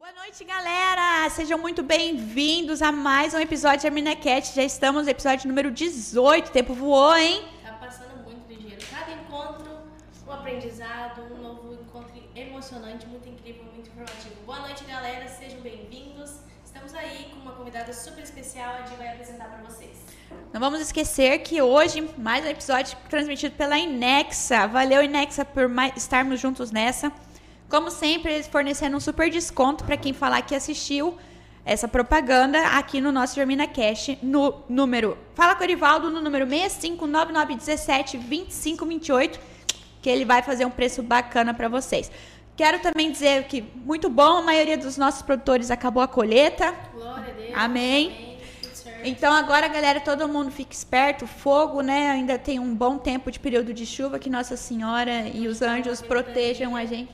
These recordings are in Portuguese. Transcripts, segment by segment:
Boa noite, galera! Sejam muito bem-vindos a mais um episódio de AminaCast. Já estamos no episódio número 18. O tempo voou, hein? Tá passando muito ligeiro. Cada encontro, um aprendizado, um novo encontro emocionante, muito incrível, muito informativo. Boa noite, galera. Sejam bem-vindos. Estamos aí com uma convidada super especial. A Di vai apresentar para vocês. Não vamos esquecer que hoje, mais um episódio transmitido pela Inexa. Valeu, Inexa, por estarmos juntos nessa. Como sempre, eles fornecendo um super desconto para quem falar que assistiu essa propaganda aqui no nosso AminaCast, no número... Fala com o Erivaldo no número 6599172528, que ele vai fazer um preço bacana para vocês. Quero também dizer que, muito bom, a maioria dos nossos produtores acabou a colheita. Glória a Deus. Amém. Então agora, galera, todo mundo fica esperto. Fogo, né? Ainda tem um bom tempo de período de chuva, que Nossa Senhora e os anjos protejam a gente.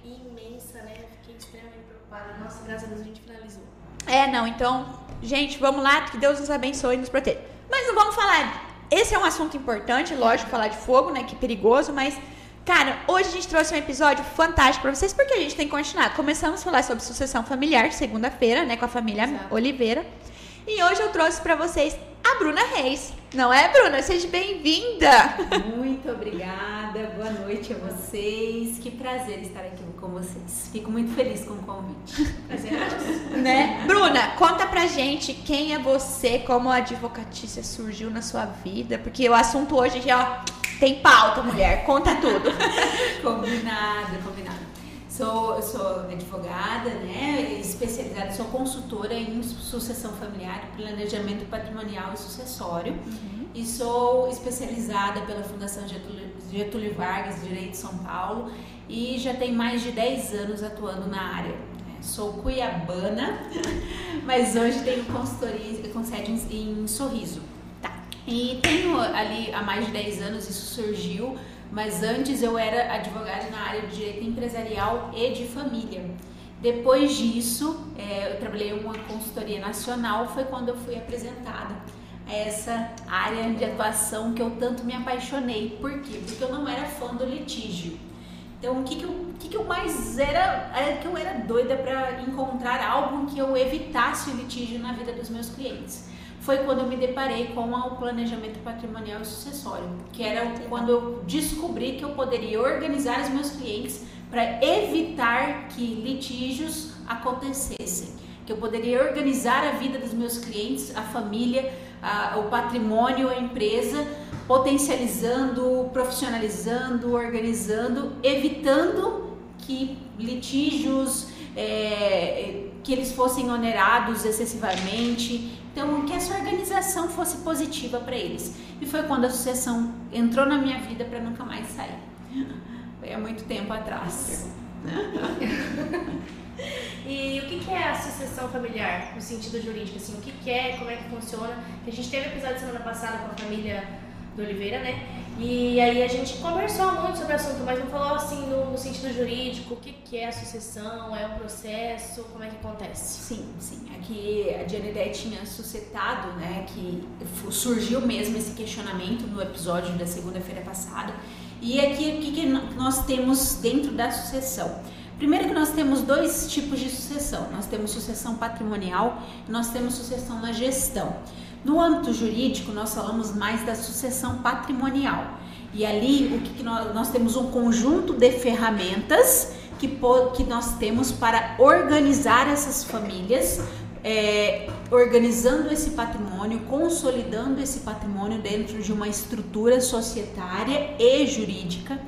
Nossa, graças a Deus a gente finalizou. Então, gente, vamos lá, que Deus nos abençoe e nos proteja. Mas não vamos falar, esse é um assunto importante, lógico, falar de fogo, né, que é perigoso, mas, cara, hoje a gente trouxe um episódio fantástico pra vocês, porque a gente tem continuado. Começamos a falar sobre sucessão familiar, segunda-feira, né, com a família Oliveira, e hoje eu trouxe pra vocês a Bruna Reis. Não é, Bruna? Seja bem-vinda! Muito obrigada, boa noite a vocês. Que prazer estar aqui com vocês. Fico muito feliz com o convite. Prazer é nosso. Né? Bruna, conta pra gente quem é você, como a advocatícia surgiu na sua vida, porque o assunto hoje aqui, ó, tem pauta, mulher. Conta tudo. Combinado. Eu sou advogada, né, especializada, sou consultora em sucessão familiar, planejamento patrimonial e sucessório. E sou especializada pela Fundação Getúlio Vargas, Direito de São Paulo, e já tenho mais de 10 anos atuando na área. Sou cuiabana, mas hoje tenho consultoria com sede em Sorriso. E tenho ali há mais de 10 anos, isso surgiu, mas antes eu era advogada na área de direito empresarial e de família. Depois disso, eu trabalhei em uma consultoria nacional, foi quando eu fui apresentada a essa área de atuação que eu tanto me apaixonei. Por quê? Porque eu não era fã do litígio. Então, o que eu mais era que eu era doida para encontrar algo que eu evitasse o litígio na vida dos meus clientes. Foi quando eu me deparei com o planejamento patrimonial e sucessório, que era quando eu descobri que eu poderia organizar os meus clientes para evitar que litígios acontecessem, que eu poderia organizar a vida dos meus clientes, a família, o patrimônio, a empresa, potencializando, profissionalizando, organizando, evitando que litígios, que eles fossem onerados excessivamente. Então, que essa organização fosse positiva para eles. E foi quando a sucessão entrou na minha vida para nunca mais sair. Foi há muito tempo atrás. E o que é a sucessão familiar, no sentido jurídico? Assim, o que é, como é que funciona? A gente teve episódio semana passada com a família do Oliveira, né? E aí a gente conversou muito sobre o assunto, mas não falou assim no sentido jurídico, o que é a sucessão, é o processo, como é que acontece? Sim. Aqui a Diana tinha suscitado, né, que surgiu mesmo esse questionamento no episódio da segunda-feira passada. E aqui o que nós temos dentro da sucessão? Primeiro que nós temos dois tipos de sucessão. Nós temos sucessão patrimonial e nós temos sucessão na gestão. No âmbito jurídico, nós falamos mais da sucessão patrimonial. E ali, nós temos um conjunto de ferramentas que nós temos para organizar essas famílias, organizando esse patrimônio, consolidando esse patrimônio dentro de uma estrutura societária e jurídica,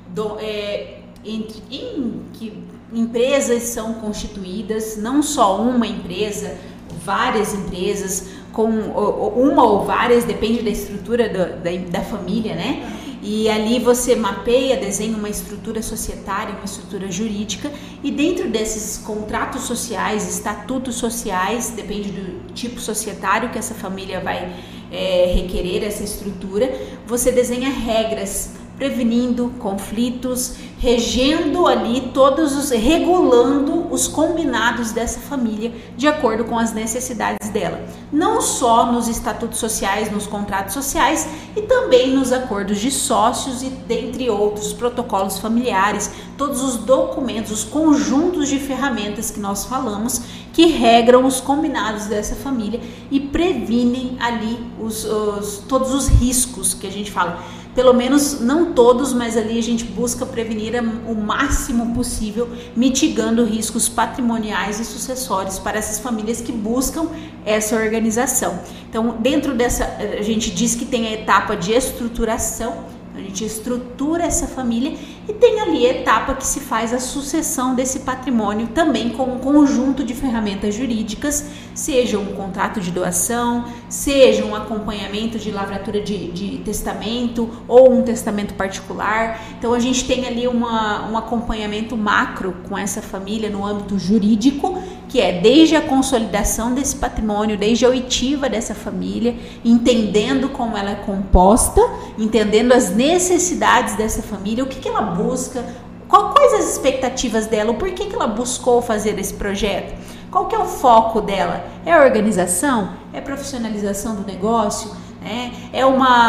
que empresas são constituídas, não só uma empresa, várias empresas, com uma ou várias, depende da estrutura da família, né? E ali você mapeia, desenha uma estrutura societária, uma estrutura jurídica, e dentro desses contratos sociais, estatutos sociais, depende do tipo societário que essa família vai requerer essa estrutura, você desenha regras prevenindo conflitos, regendo ali regulando os combinados dessa família de acordo com as necessidades dela. Não só nos estatutos sociais, nos contratos sociais e também nos acordos de sócios e dentre outros protocolos familiares, todos os documentos, os conjuntos de ferramentas que nós falamos que regram os combinados dessa família e previnem ali todos os riscos que a gente fala. Pelo menos não todos, mas ali a gente busca prevenir o máximo possível, mitigando riscos patrimoniais e sucessórios para essas famílias que buscam essa organização. Então, dentro dessa, a gente diz que tem a etapa de estruturação, a gente estrutura essa família e tem ali a etapa que se faz a sucessão desse patrimônio também com um conjunto de ferramentas jurídicas, seja um contrato de doação, seja um acompanhamento de lavratura de testamento ou um testamento particular. Então a gente tem ali um acompanhamento macro com essa família no âmbito jurídico, que é desde a consolidação desse patrimônio, desde a oitiva dessa família, entendendo como ela é composta, entendendo as necessidades dessa família, o que ela busca, quais as expectativas dela, o porquê que ela buscou fazer esse projeto, qual que é o foco dela, é a organização, é a profissionalização do negócio, é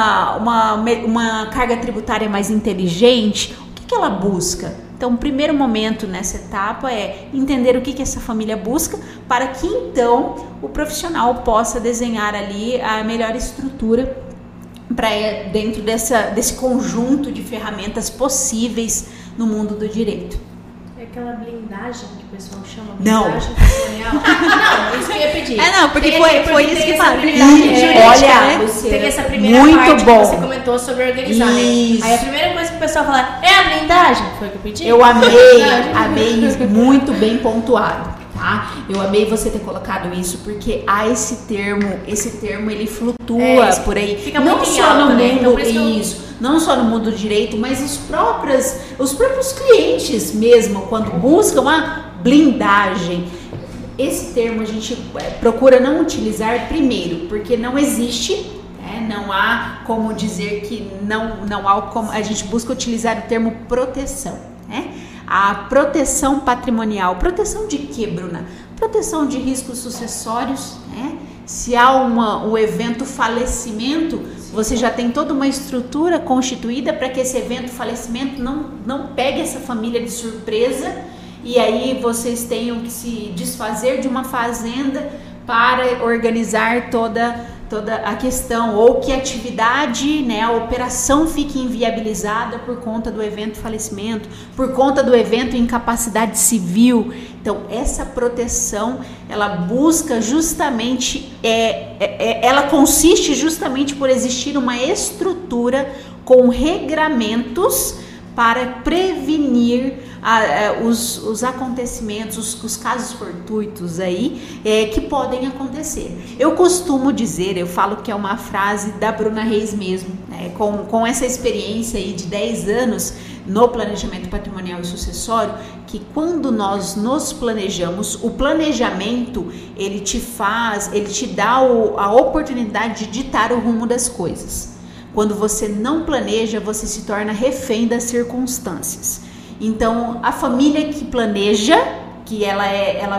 uma carga tributária mais inteligente, o que ela busca? Então, o primeiro momento nessa etapa é entender o que essa família busca para que, então, o profissional possa desenhar ali a melhor estrutura para dentro desse conjunto de ferramentas possíveis no mundo do direito. É aquela blindagem que o pessoal chama blindagem patrimonial? Não, isso que eu ia pedir. Não, porque foi isso que falou. Olha, teve essa primeira muito parte bom. Que você comentou sobre organizar, né? Aí a primeira coisa que o pessoal fala é a blindagem. Foi o que eu pedi? Eu amei isso, muito bem pontuado, tá? Eu amei você ter colocado isso, porque há esse termo ele flutua por aí. Fica não muito só no né? mundo, Então, não só no mundo do direito, mas os próprios clientes mesmo, quando buscam a blindagem. Esse termo a gente procura não utilizar primeiro, porque não existe, não há como dizer que não há como, a gente busca utilizar o termo proteção, A proteção patrimonial. Proteção de quê, Bruna? Proteção de riscos sucessórios, Se há um evento falecimento, você já tem toda uma estrutura constituída para que esse evento falecimento não pegue essa família de surpresa e aí vocês tenham que se desfazer de uma fazenda para organizar toda a questão, ou que a atividade, a operação fique inviabilizada por conta do evento falecimento, por conta do evento incapacidade civil. Então, essa proteção, ela busca justamente, ela consiste justamente por existir uma estrutura com regramentos para prevenir os acontecimentos, os casos fortuitos aí que podem acontecer. Eu costumo dizer, eu falo que é uma frase da Bruna Reis mesmo, com essa experiência aí de 10 anos no planejamento patrimonial e sucessório, que quando nós nos planejamos, o planejamento ele te dá a oportunidade de ditar o rumo das coisas. Quando você não planeja, você se torna refém das circunstâncias. Então, a família que planeja, que ela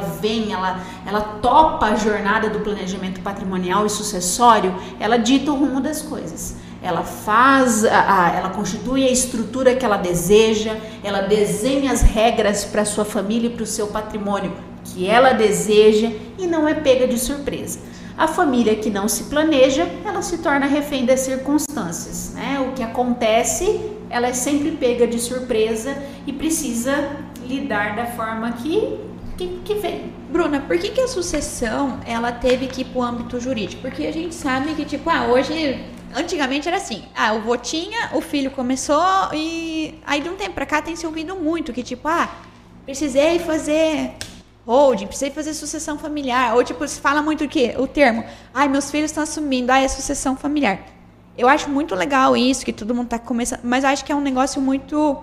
topa a jornada do planejamento patrimonial e sucessório, ela dita o rumo das coisas. Ela ela constitui a estrutura que ela deseja, ela desenha as regras para a sua família e para o seu patrimônio que ela deseja e não é pega de surpresa. A família que não se planeja, ela se torna refém das circunstâncias, O que acontece, ela é sempre pega de surpresa e precisa lidar da forma que vem. Bruna, por que a sucessão, ela teve que ir para o âmbito jurídico? Porque a gente sabe que, hoje, antigamente era assim, o vô tinha, o filho começou e aí de um tempo para cá tem se ouvido muito que, precisei fazer holding, precisei fazer sucessão familiar, ou se fala muito o termo, meus filhos estão assumindo, é sucessão familiar. Eu acho muito legal isso, que todo mundo está começando, mas eu acho que é um negócio muito...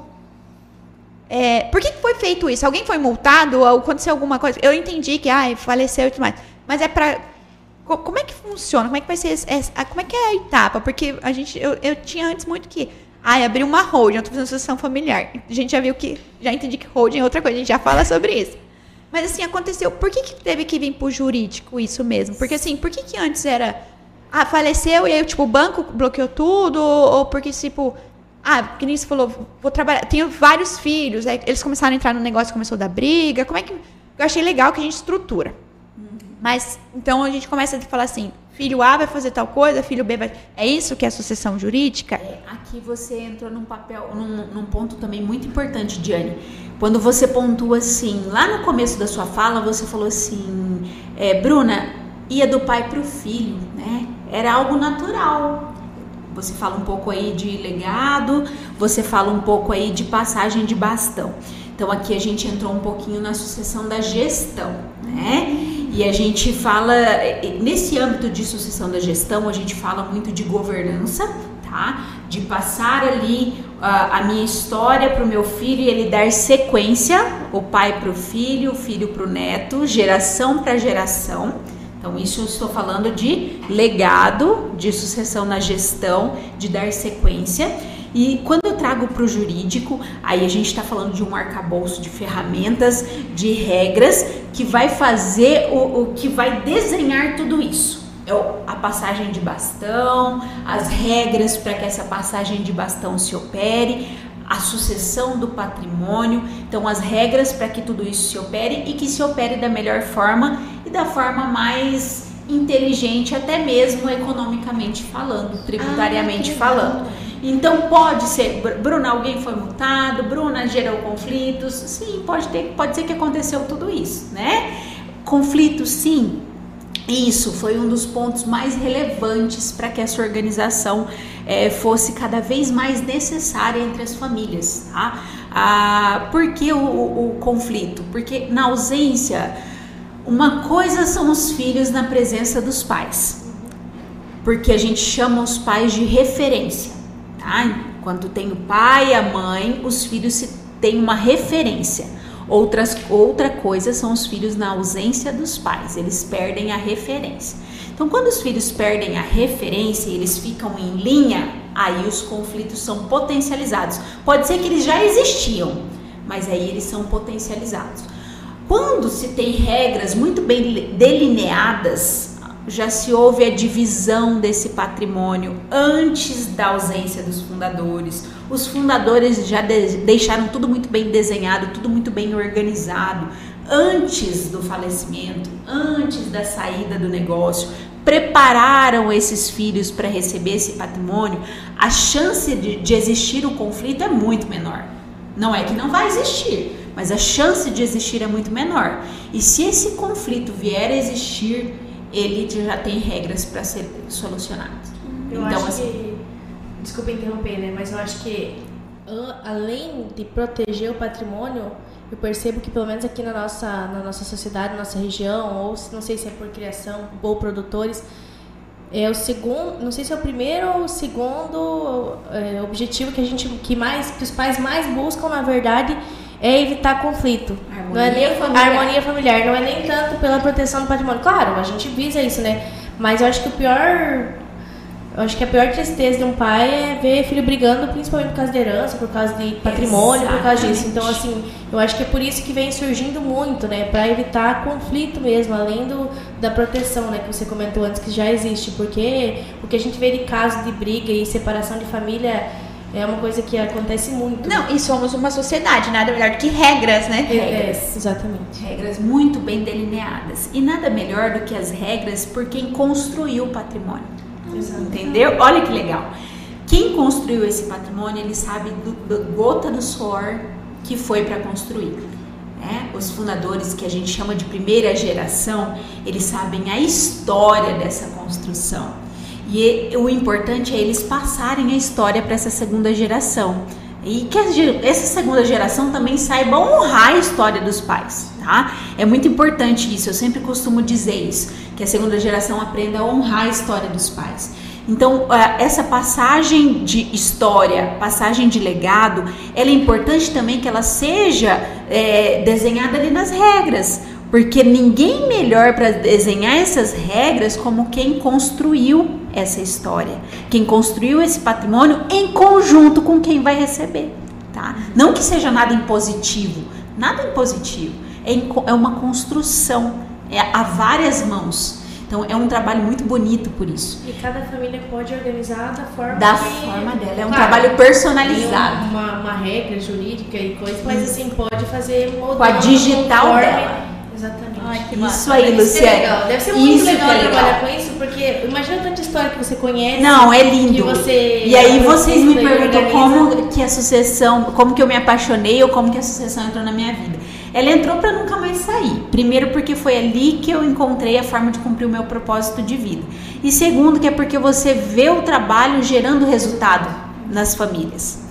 por que foi feito isso? Alguém foi multado ou aconteceu alguma coisa? Eu entendi que, faleceu e tudo mais, mas é para... Como é que funciona? Como é que vai ser como é que é a etapa? Porque eu tinha antes muito que, abri uma holding, eu tô fazendo sucessão familiar. A gente já entendi que holding é outra coisa, a gente já fala sobre isso. Mas assim, aconteceu, por que teve que vir pro jurídico isso mesmo? Porque assim, por que antes era, faleceu e aí, tipo, o banco bloqueou tudo, ou porque, tipo, que nem você falou, vou trabalhar, tenho vários filhos, aí eles começaram a entrar no negócio, começou a dar briga, como é que... Eu achei legal que a gente estrutura. Mas, então, a gente começa a falar assim, filho A vai fazer tal coisa, filho B vai... É isso que é a sucessão jurídica? Aqui você entrou num ponto também muito importante, Diane. Quando você pontua assim, lá no começo da sua fala, você falou assim, Bruna, ia do pai para o filho, né? Era algo natural. Você fala um pouco aí de legado, você fala um pouco aí de passagem de bastão. Então, aqui a gente entrou um pouquinho na sucessão da gestão, né? E a gente fala, nesse âmbito de sucessão da gestão, a gente fala muito de governança, tá? De passar ali a minha história para o meu filho e ele dar sequência, o pai para o filho para o neto, geração para geração. Então, isso eu estou falando de legado, de sucessão na gestão, de dar sequência. E quando eu trago para o jurídico, aí a gente está falando de um arcabouço de ferramentas, de regras, que vai fazer o que vai desenhar tudo isso. É a passagem de bastão, as regras para que essa passagem de bastão se opere, a sucessão do patrimônio, então as regras para que tudo isso se opere e que se opere da melhor forma e da forma mais inteligente, até mesmo economicamente falando, tributariamente falando. Então pode ser, Bruna, alguém foi multado, Bruna gerou conflitos, sim, pode ser que aconteceu tudo isso, né? Conflitos, sim. Isso foi um dos pontos mais relevantes para que essa organização fosse cada vez mais necessária entre as famílias, tá? Por que o conflito? Porque na ausência, uma coisa são os filhos na presença dos pais, porque a gente chama os pais de referência, tá? Quando tem o pai e a mãe, os filhos têm uma referência. Outra coisa são os filhos na ausência dos pais, eles perdem a referência. Então, quando os filhos perdem a referência e eles ficam em linha, aí os conflitos são potencializados. Pode ser que eles já existiam, mas aí eles são potencializados. Quando se tem regras muito bem delineadas, já se houve a divisão desse patrimônio antes da ausência dos fundadores. Os fundadores já deixaram tudo muito bem desenhado, tudo muito bem organizado, antes do falecimento, antes da saída do negócio, prepararam esses filhos para receber esse patrimônio. A chance de existir o conflito é muito menor. Não é que não vai existir, mas a chance de existir é muito menor. E se esse conflito vier a existir, ele já tem regras para ser solucionado. Eu então, acho assim, desculpa interromper, né? Mas eu acho que além de proteger o patrimônio, eu percebo que pelo menos aqui na nossa sociedade, na nossa região, ou não sei se é por criação ou produtores, é o segundo, não sei se é o primeiro ou o segundo objetivo que os pais mais buscam, na verdade, é evitar conflito. Harmonia familiar. Não é nem tanto pela proteção do patrimônio. Claro, a gente visa isso, né? Mas eu acho que a pior tristeza de um pai é ver filho brigando, principalmente por causa de herança, por causa de patrimônio, por causa disso. Então, assim, eu acho que é por isso que vem surgindo muito, né? Para evitar conflito mesmo, além da proteção, né? Que você comentou antes, que já existe. Porque o que a gente vê de caso de briga e separação de família é uma coisa que acontece muito. Não, e somos uma sociedade, nada melhor do que regras, né? Regras, exatamente. Regras muito bem delineadas. E nada melhor do que as regras por quem construiu o patrimônio. Exato. Entendeu? Olha que legal. Quem construiu esse patrimônio, ele sabe da gota do suor que foi para construir. Né? Os fundadores, que a gente chama de primeira geração, eles sabem a história dessa construção. E o importante é eles passarem a história para essa segunda geração. E que essa segunda geração também saiba honrar a história dos pais, tá? É muito importante isso, eu sempre costumo dizer isso, que a segunda geração aprenda a honrar a história dos pais. Então, essa passagem de história, passagem de legado, ela é importante também que ela seja desenhada ali nas regras, porque ninguém melhor para desenhar essas regras como quem construiu essa história, quem construiu esse patrimônio em conjunto com quem vai receber, tá? Não que seja nada impositivo, é uma construção, a várias mãos. Então é um trabalho muito bonito por isso. E cada família pode organizar da forma dela. É um trabalho personalizado. Tem uma regra jurídica e coisa, mas assim, pode fazer com a digital dela. Exatamente. Ai, que isso massa. aí, Luciana. Deve ser muito legal trabalhar com isso, porque imagina tanta história que você conhece. Não, é lindo. E aí vocês me perguntam como que eu me apaixonei ou como que a sucessão entrou na minha vida. Ela entrou para nunca mais sair. Primeiro porque foi ali que eu encontrei a forma de cumprir o meu propósito de vida. E segundo que é porque você vê o trabalho gerando resultado nas famílias.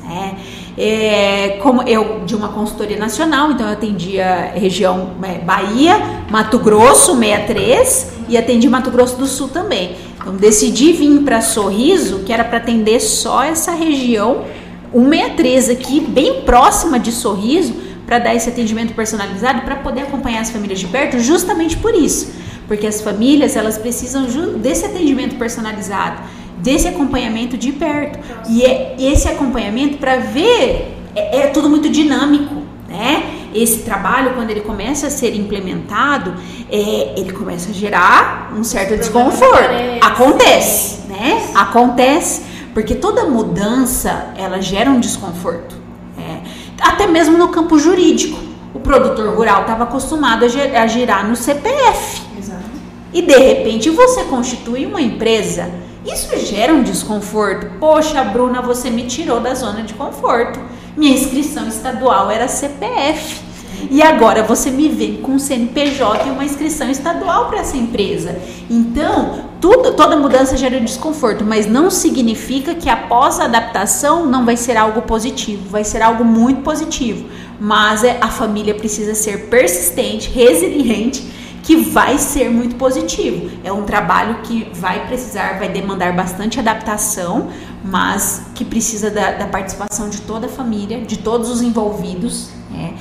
Como eu de uma consultoria nacional, então eu atendia região Bahia, Mato Grosso 63 e atendi Mato Grosso do Sul também. Então decidi vir para Sorriso, que era para atender só essa região 163 aqui, bem próxima de Sorriso, para dar esse atendimento personalizado, para poder acompanhar as famílias de perto, justamente por isso, porque as famílias elas precisam desse atendimento personalizado, desse acompanhamento de perto. E esse acompanhamento para ver é tudo muito dinâmico, né? Esse trabalho, quando ele começa a ser implementado, ele começa a gerar um certo desconforto. Acontece, né? Acontece, porque toda mudança ela gera um desconforto. Até mesmo no campo jurídico. O produtor rural estava acostumado a girar no CPF. Exato. E de repente você constitui uma empresa. Isso gera um desconforto. Poxa, Bruna, você me tirou da zona de conforto. Minha inscrição estadual era CPF. E agora você me vem com um CNPJ e uma inscrição estadual para essa empresa. Então, toda mudança gera desconforto, mas não significa que após a adaptação não vai ser algo positivo, vai ser algo muito positivo. Mas a família precisa ser persistente, resiliente, que vai ser muito positivo. É um trabalho que vai demandar bastante adaptação, mas que precisa da participação de toda a família, de todos os envolvidos, né?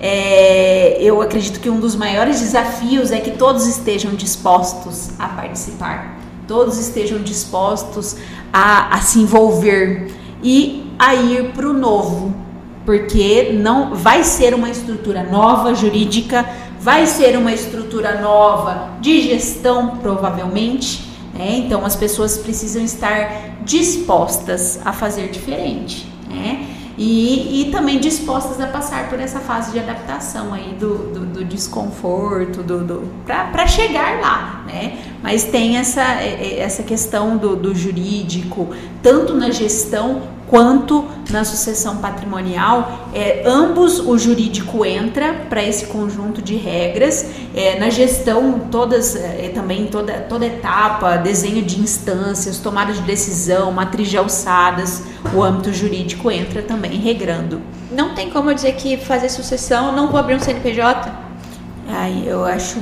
Eu acredito que um dos maiores desafios é que todos estejam dispostos a participar, todos estejam dispostos a se envolver e a ir para o novo, porque não vai ser uma estrutura nova jurídica, vai ser uma estrutura nova de gestão provavelmente, né? Então as pessoas precisam estar dispostas a fazer diferente, né? E também dispostas a passar por essa fase de adaptação aí do desconforto, para chegar lá, né? Mas tem essa questão do jurídico, tanto na gestão quanto na sucessão patrimonial. Ambos o jurídico entra para esse conjunto de regras, na gestão também toda etapa, desenho de instâncias, tomada de decisão, matriz de alçadas, o âmbito jurídico entra também regrando. Não tem como eu dizer que fazer sucessão, não vou abrir um CNPJ? Eu acho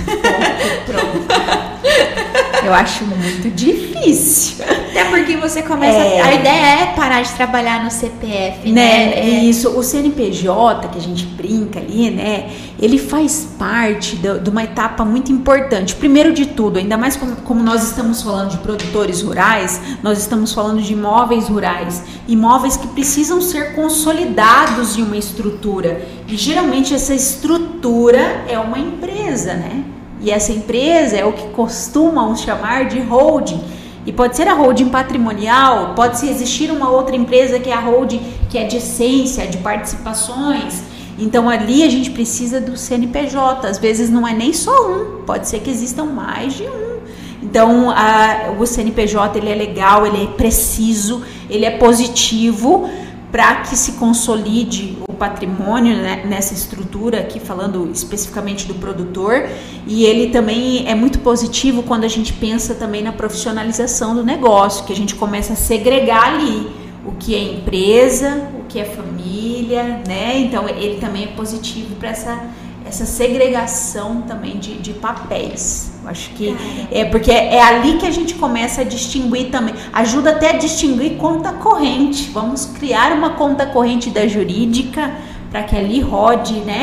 eu acho muito difícil. Até porque você começa... A ideia é parar de trabalhar no CPF, né? Isso, o CNPJ, que a gente brinca ali, né? Ele faz parte de uma etapa muito importante. Primeiro de tudo, ainda mais como nós estamos falando de produtores rurais, nós estamos falando de imóveis rurais. Imóveis que precisam ser consolidados em uma estrutura. E geralmente essa estrutura é uma empresa, né? E essa empresa é o que costumam chamar de holding. E pode ser a holding patrimonial, pode existir uma outra empresa que é a holding, que é de essência, de participações. Então ali a gente precisa do CNPJ. Às vezes não é nem só um, pode ser que existam mais de um. Então o CNPJ ele é legal, ele é preciso, ele é positivo para que se consolide o patrimônio, né, nessa estrutura aqui, falando especificamente do produtor. E ele também é muito positivo quando a gente pensa também na profissionalização do negócio, que a gente começa a segregar ali o que é empresa, o que é família, né? Então ele também é positivo para essa segregação também de papéis. Eu acho que porque é ali que a gente começa a distinguir também, ajuda até a distinguir conta corrente. Vamos criar uma conta corrente da jurídica para que ali rode, né,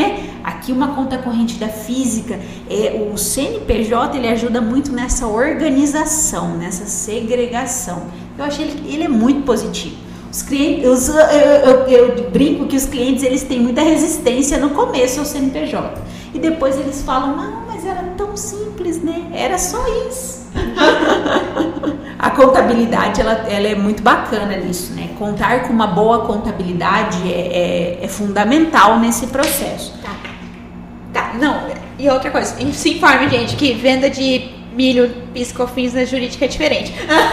Aqui uma conta corrente da física, o CNPJ ele ajuda muito nessa organização, nessa segregação. Eu acho ele é muito positivo. Os clientes, eu brinco que os clientes eles têm muita resistência no começo ao CNPJ e depois eles falam, não, mas era tão simples, né? Era só isso. A contabilidade ela é muito bacana nisso, né? Contar com uma boa contabilidade é fundamental nesse processo. Tá, não, e outra coisa, se informe, gente, que venda de milho, PIS/COFINS na jurídica é diferente.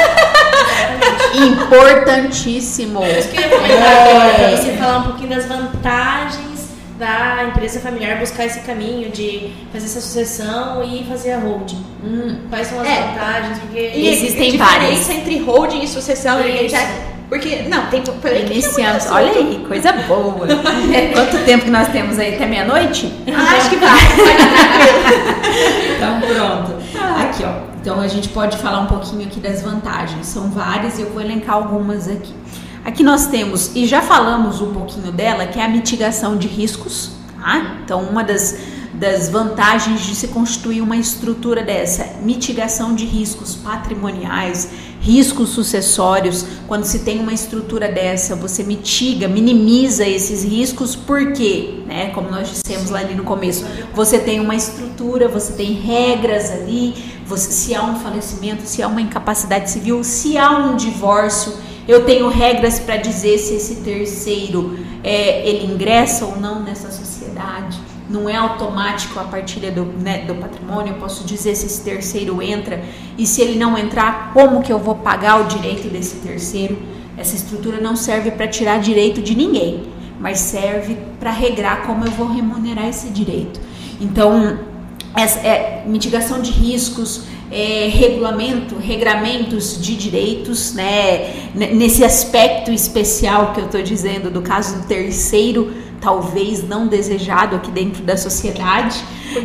Importantíssimo. Isso que eu ia comentar agora, pra você falar um pouquinho das vantagens da empresa familiar buscar esse caminho de fazer essa sucessão e fazer a holding. Quais são as vantagens? Porque existem várias. Diferença entre holding e sucessão. Porque, não, tem... Iniciamos, olha aí, coisa boa. Quanto tempo que nós temos aí? Até meia-noite? Acho que vai Então, pronto. Aqui, ó. Então, a gente pode falar um pouquinho aqui das vantagens. São várias e eu vou elencar algumas aqui. Aqui nós temos, e já falamos um pouquinho dela, que é a mitigação de riscos, tá? Então, uma das vantagens de se constituir uma estrutura dessa, mitigação de riscos patrimoniais, riscos sucessórios. Quando se tem uma estrutura dessa, você minimiza esses riscos, porque, né, como nós dissemos lá ali no começo, você tem uma estrutura, você tem regras ali, se há um falecimento, se há uma incapacidade civil, se há um divórcio, eu tenho regras para dizer se esse terceiro ele ingressa ou não nessa sociedade. Não é automático a partilha do patrimônio. Eu posso dizer se esse terceiro entra, e se ele não entrar, como que eu vou pagar o direito desse terceiro. Essa estrutura não serve para tirar direito de ninguém, mas serve para regrar como eu vou remunerar esse direito. Então, mitigação de riscos, regramentos de direitos, né? Nesse aspecto especial que eu estou dizendo do caso do terceiro, talvez não desejado aqui dentro da sociedade.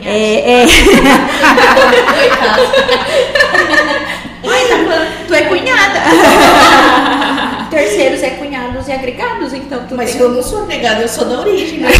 Ai, tá falando, tu é cunhada. Terceiros é cunhados e agregados, então tu. Mas eu não sou agregada, eu sou da origem. Né?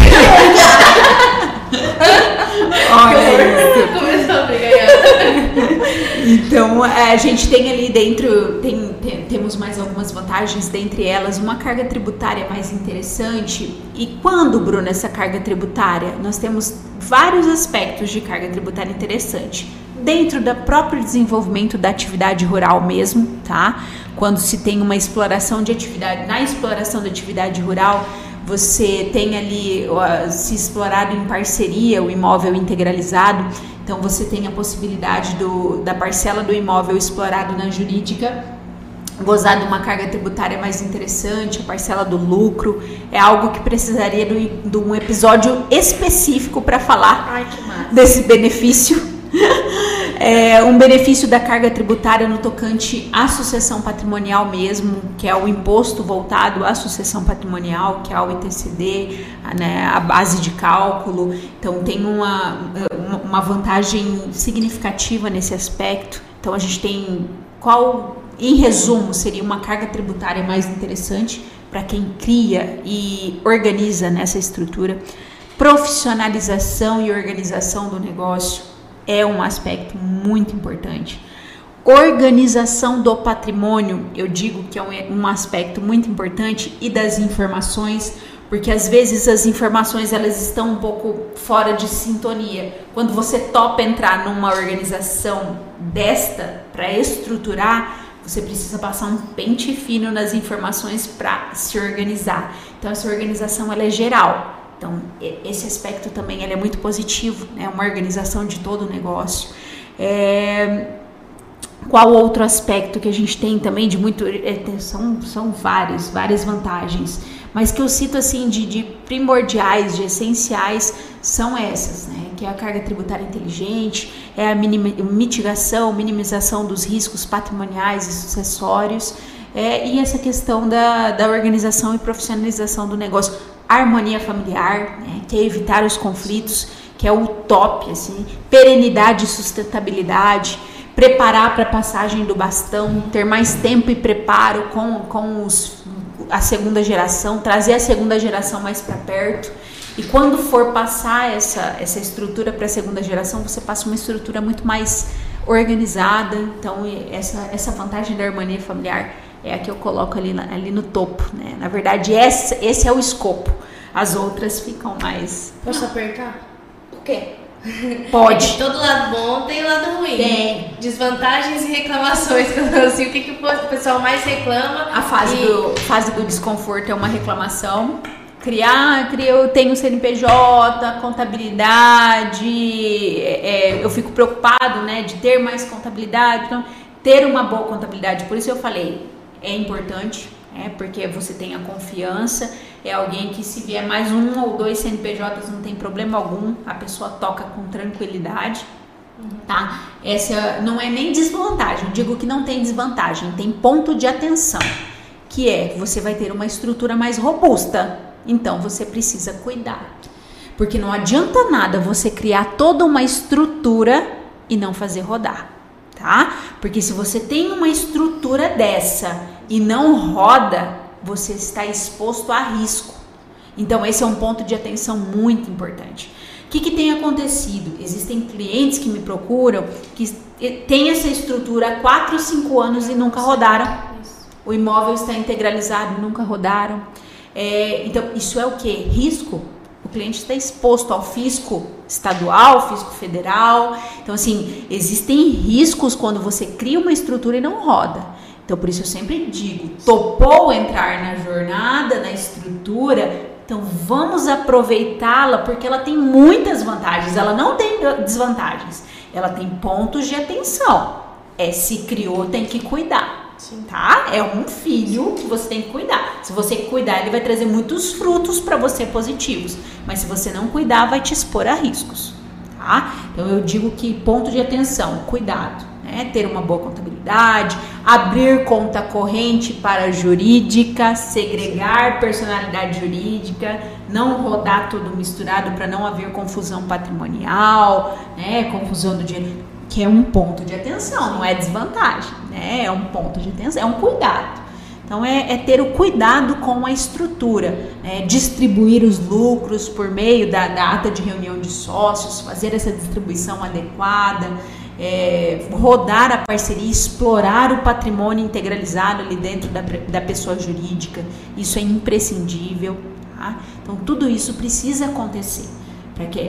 Olha, começou a brigar. Então, a gente tem ali dentro, temos mais algumas vantagens, dentre elas, uma carga tributária mais interessante. E quando, Bruna, essa carga tributária? Nós temos vários aspectos de carga tributária interessante. Dentro do próprio desenvolvimento da atividade rural mesmo, tá? Quando se tem uma exploração de atividade, na exploração da atividade rural, você tem ali, se explorado em parceria, o imóvel integralizado, então você tem a possibilidade da parcela do imóvel explorado na jurídica gozar de uma carga tributária mais interessante, a parcela do lucro, é algo que precisaria de um episódio específico para falar desse benefício. Um benefício da carga tributária no tocante à sucessão patrimonial mesmo, que é o imposto voltado à sucessão patrimonial, que é o ITCD, né, a base de cálculo. Então tem uma vantagem significativa nesse aspecto. Então a gente tem em resumo, seria uma carga tributária mais interessante para quem cria e organiza nessa estrutura. Profissionalização e organização do negócio é um aspecto muito importante. Organização do patrimônio, eu digo que é um aspecto muito importante, e das informações, porque às vezes as informações elas estão um pouco fora de sintonia. Quando você topa entrar numa organização desta para estruturar, você precisa passar um pente fino nas informações para se organizar. Então essa organização ela é geral. Então, esse aspecto também ele é muito positivo, né? Uma organização de todo o negócio. Qual outro aspecto que a gente tem também de muito... São várias vantagens, mas que eu cito assim de primordiais, de essenciais, são essas, né? Que é a carga tributária inteligente, é a minimização dos riscos patrimoniais e sucessórios, e essa questão da organização e profissionalização do negócio. Harmonia familiar, né, que é evitar os conflitos, que é o top, assim, perenidade e sustentabilidade, preparar para a passagem do bastão, ter mais tempo e preparo com a segunda geração, trazer a segunda geração mais para perto. E quando for passar essa estrutura para a segunda geração, você passa uma estrutura muito mais organizada. Então, essa vantagem da harmonia familiar é a que eu coloco ali no topo, né? Na verdade, esse é o escopo. As outras ficam mais... Posso apertar? O quê? Pode. Todo lado bom tem lado ruim. Tem. Desvantagens e reclamações. Assim, o que o pessoal mais reclama? A fase do desconforto é uma reclamação. Eu tenho CNPJ, contabilidade, eu fico preocupado, né, de ter mais contabilidade. Então, ter uma boa contabilidade, por isso eu falei, é importante, porque você tem a confiança, é alguém que se vier mais 1 ou 2 CNPJs não tem problema algum, a pessoa toca com tranquilidade, tá? Essa não é nem desvantagem, eu digo que não tem desvantagem, tem ponto de atenção, que você vai ter uma estrutura mais robusta, então você precisa cuidar, porque não adianta nada você criar toda uma estrutura e não fazer rodar, tá? Porque se você tem uma estrutura dessa e não roda, você está exposto a risco. Então esse é um ponto de atenção muito importante. O que tem acontecido? Existem clientes que me procuram que têm essa estrutura há 4, 5 anos e nunca rodaram. O imóvel está integralizado e nunca rodaram. Então isso é o que? Risco. O cliente está exposto ao fisco estadual, fisco federal. Então, assim, existem riscos quando você cria uma estrutura e não roda. Então, por isso eu sempre digo, topou entrar na jornada, na estrutura, então vamos aproveitá-la, porque ela tem muitas vantagens. Ela não tem desvantagens. Ela tem pontos de atenção. Se criou, tem que cuidar. Sim. Tá? É um filho que você tem que cuidar. Se você cuidar, ele vai trazer muitos frutos para você positivos. Mas se você não cuidar, vai te expor a riscos. Tá? Então eu digo que ponto de atenção, cuidado, né? Ter uma boa contabilidade, abrir conta corrente para jurídica, segregar personalidade jurídica, não rodar tudo misturado para não haver confusão patrimonial, né? Confusão do dinheiro. Que é um ponto de atenção, não é desvantagem, né? É um ponto de atenção, é um cuidado. Então, é ter o cuidado com a estrutura, distribuir os lucros por meio da ata de reunião de sócios, fazer essa distribuição adequada, rodar a parceria, explorar o patrimônio integralizado ali dentro da pessoa jurídica. Isso é imprescindível, tá? Então, tudo isso precisa acontecer. Para que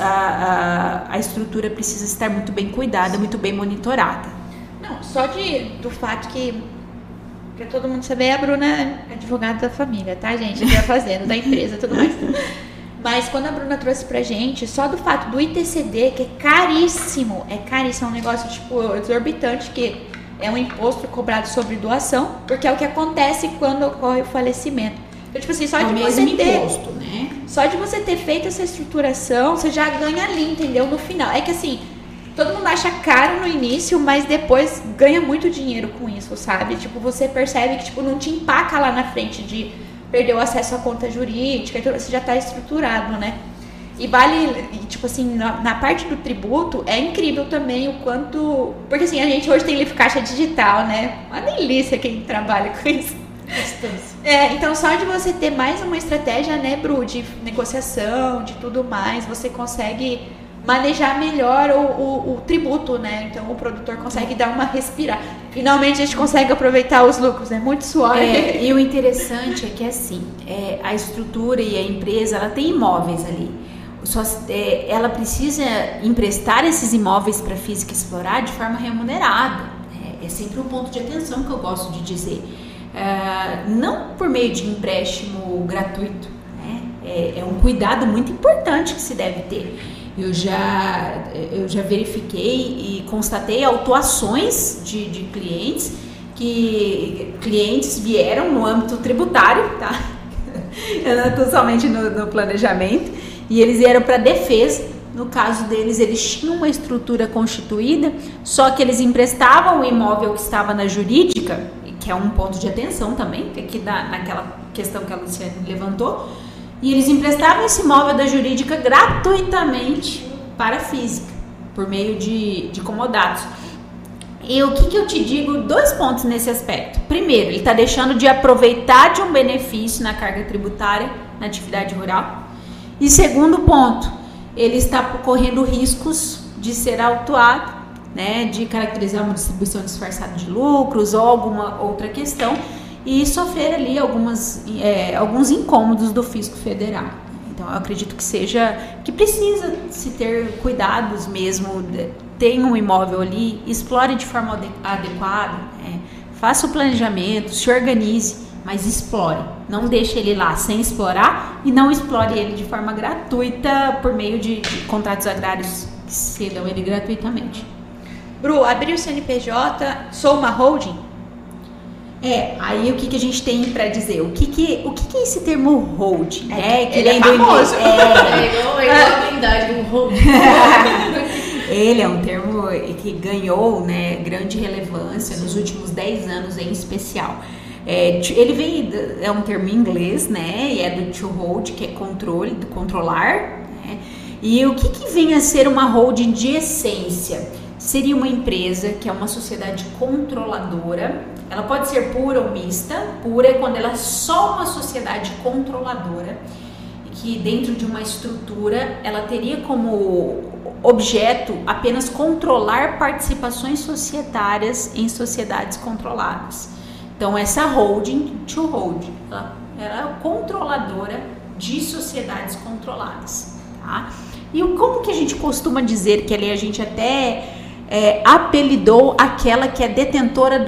a estrutura precisa estar muito bem cuidada, muito bem monitorada. Não, só do fato que, para todo mundo saber, a Bruna é advogada da família, tá, gente? Da fazenda, da empresa e tudo mais. Mas quando a Bruna trouxe pra gente, só do fato do ITCD, que é caríssimo, é um negócio, tipo, exorbitante, que é um imposto cobrado sobre doação, porque é o que acontece quando ocorre o falecimento. Então, tipo assim, só de você ter imposto, né? Só de você ter feito essa estruturação, você já ganha ali, entendeu? No final. É que assim, todo mundo acha caro no início, mas depois ganha muito dinheiro com isso, sabe? Tipo, você percebe que tipo, não te empaca lá na frente de perder o acesso à conta jurídica, então você já tá estruturado, né? E vale, tipo assim, na parte do tributo, é incrível também o quanto... Porque assim, a gente hoje tem livro caixa digital, né? Uma delícia quem trabalha com isso. Então só de você ter mais uma estratégia, né, Bru, de negociação, de tudo mais, você consegue manejar melhor o tributo, né? Então o produtor consegue dar uma respirada. Finalmente a gente consegue aproveitar os lucros, é muito suave. E o interessante é que assim, a estrutura e a empresa, ela tem imóveis ali. Ela precisa emprestar esses imóveis para a física explorar de forma remunerada. É sempre um ponto de atenção que eu gosto de dizer. Não por meio de empréstimo gratuito, né? É um cuidado muito importante que se deve ter. Eu já verifiquei e constatei autuações de clientes que clientes vieram no âmbito tributário, tá? Eu não estou somente no planejamento, e eles vieram para defesa. No caso deles, eles tinham uma estrutura constituída, só que eles emprestavam o imóvel que estava na jurídica, que é um ponto de atenção também, que aqui naquela questão que a Luciane levantou, e eles emprestavam esse imóvel da jurídica gratuitamente para a física, por meio de comodatos. E o que eu te digo? 2 pontos nesse aspecto. Primeiro, ele está deixando de aproveitar de um benefício na carga tributária na atividade rural. E segundo ponto, ele está correndo riscos de ser autuado, né, de caracterizar uma distribuição disfarçada de lucros ou alguma outra questão e sofrer ali alguns incômodos do fisco federal. Então, eu acredito que precisa se ter cuidados mesmo, tem um imóvel ali, explore de forma adequada, faça o planejamento, se organize, mas explore. Não deixe ele lá sem explorar e não explore ele de forma gratuita por meio de contratos agrários que cedam ele gratuitamente. Bru, abri o CNPJ, sou uma holding? Aí o que a gente tem para dizer? O que é esse termo holding? Ele é famoso. Igual a blindagem do holding. Ele é um termo que ganhou, né, grande relevância nos últimos 10 anos em especial. É um termo em inglês, né, e é do to hold, que é controle, do controlar, né? E o que vem a ser uma holding de essência? Seria uma empresa que é uma sociedade controladora. Ela pode ser pura ou mista. Pura é quando ela é só uma sociedade controladora, que dentro de uma estrutura ela teria como objeto apenas controlar participações societárias em sociedades controladas. Então essa holding, to hold, ela é controladora de sociedades controladas, tá? E como que a gente costuma dizer que ali a gente até apelidou aquela que é detentora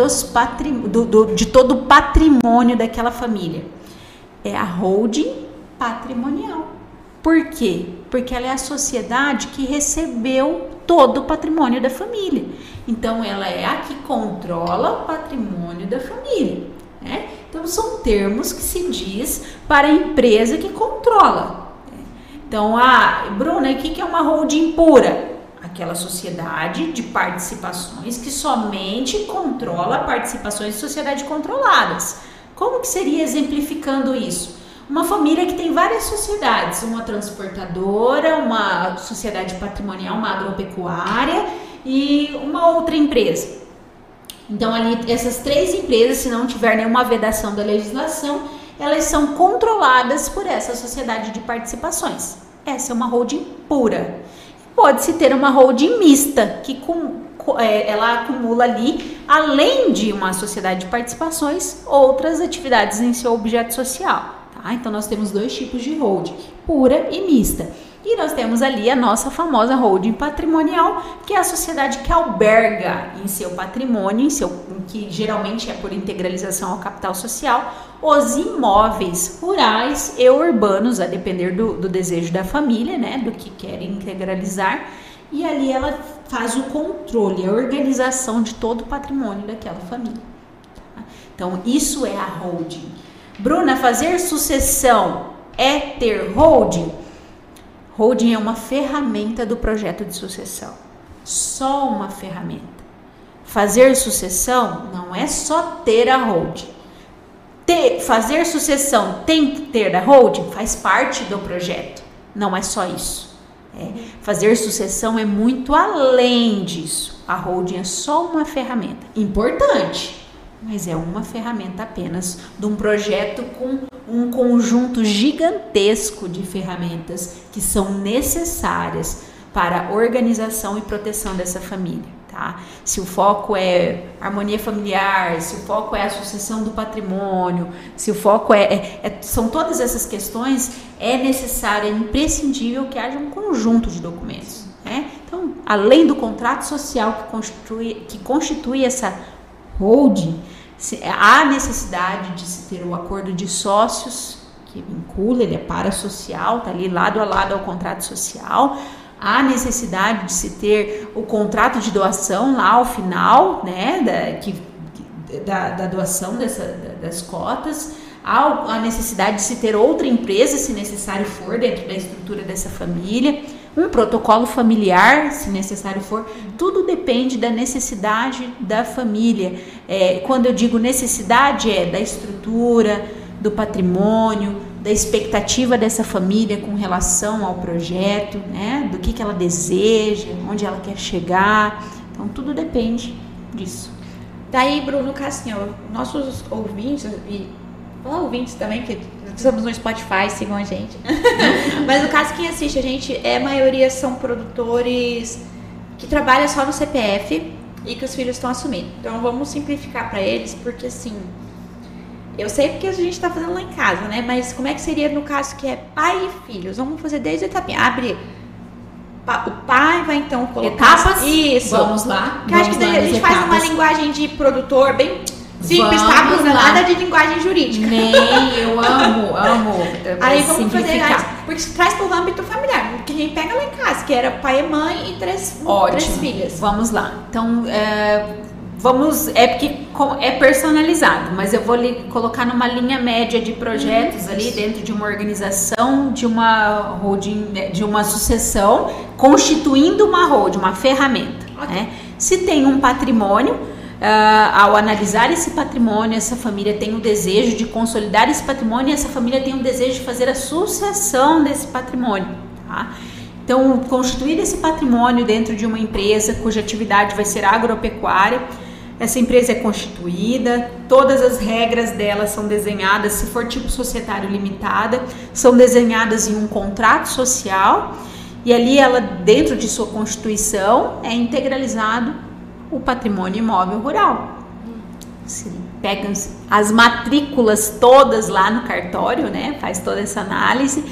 de todo o patrimônio daquela família? É a holding patrimonial. Por quê? Porque ela é a sociedade que recebeu todo o patrimônio da família. Então, ela é a que controla o patrimônio da família, né? Então, são termos que se diz para a empresa que controla. Então, Bruna, o que é uma holding pura? Aquela sociedade de participações que somente controla participações de sociedade controladas. Como que seria exemplificando isso? Uma família que tem várias sociedades, uma transportadora, uma sociedade patrimonial, uma agropecuária e uma outra empresa. Então, ali, essas 3 empresas, se não tiver nenhuma vedação da legislação, elas são controladas por essa sociedade de participações. Essa é uma holding pura. Pode-se ter uma holding mista, que ela acumula ali, além de uma sociedade de participações, outras atividades em seu objeto social. Tá? Então, nós temos 2 tipos de holding, pura e mista. E nós temos ali a nossa famosa holding patrimonial, que é a sociedade que alberga em seu patrimônio, que geralmente é por integralização ao capital social, os imóveis rurais e urbanos, a depender do desejo da família, né, do que querem integralizar. E ali ela faz o controle, a organização de todo o patrimônio daquela família. Tá? Então, isso é a holding. Bruna, fazer sucessão é ter holding? Holding é uma ferramenta do projeto de sucessão. Só uma ferramenta. Fazer sucessão não é só ter a holding. Fazer sucessão tem que ter a holding? Faz parte do projeto. Não é só isso. Fazer sucessão é muito além disso. A holding é só uma ferramenta. Importante, mas é uma ferramenta apenas de um projeto com um conjunto gigantesco de ferramentas que são necessárias para a organização e proteção dessa família, tá? Se o foco é harmonia familiar, se o foco é a sucessão do patrimônio, se o foco são todas essas questões, é necessário, é imprescindível que haja um conjunto de documentos, né? Então, além do contrato social que constitui essa holding, há necessidade de se ter o acordo de sócios, que vincula, ele é parasocial, está ali lado a lado ao contrato social. Há necessidade de se ter o contrato de doação lá ao final, né, da doação das cotas. Há a necessidade de se ter outra empresa, se necessário for, dentro da estrutura dessa família. Um protocolo familiar, se necessário for. Tudo depende da necessidade da família. Quando eu digo necessidade, é da estrutura, do patrimônio, da expectativa dessa família com relação ao projeto, né? Do que ela deseja, onde ela quer chegar. Então, tudo depende disso. Daí, Bruno, assim, nossos ouvintes, e ouvintes também, que Estamos no Spotify, sigam a gente. Mas no caso, quem assiste a gente, a maioria são produtores que trabalham só no CPF e que os filhos estão assumindo. Então vamos simplificar para eles, porque assim, eu sei porque a gente tá fazendo lá em casa, né? Mas como é que seria no caso que é pai e filhos? Vamos fazer desde a etapinha. Abre, o pai vai então colocar... Etapas? Isso. Vamos lá. Porque acho que daí a gente faz uma linguagem de produtor bem... simples, tá, Bruna? Nada de linguagem jurídica. Nem, eu amo. Aí vamos fazer, porque traz pro âmbito familiar, porque a gente pega lá em casa, que era pai e mãe e três filhas. Vamos lá. Então, é porque é personalizado, mas eu vou colocar numa linha média de projetos ali dentro de uma organização, de uma holding, de uma sucessão, constituindo uma holding, uma ferramenta. Okay. Né? Se tem um patrimônio, ao analisar esse patrimônio, essa família tem o desejo de consolidar esse patrimônio e essa família tem o desejo de fazer a sucessão desse patrimônio, tá? Então, constituir esse patrimônio dentro de uma empresa cuja atividade vai ser agropecuária, essa empresa é constituída, todas as regras dela são desenhadas, se for tipo societário limitada, são desenhadas em um contrato social e ali ela, dentro de sua constituição, é integralizado o patrimônio imóvel rural. Se pegam as matrículas todas lá no cartório, né? Faz toda essa análise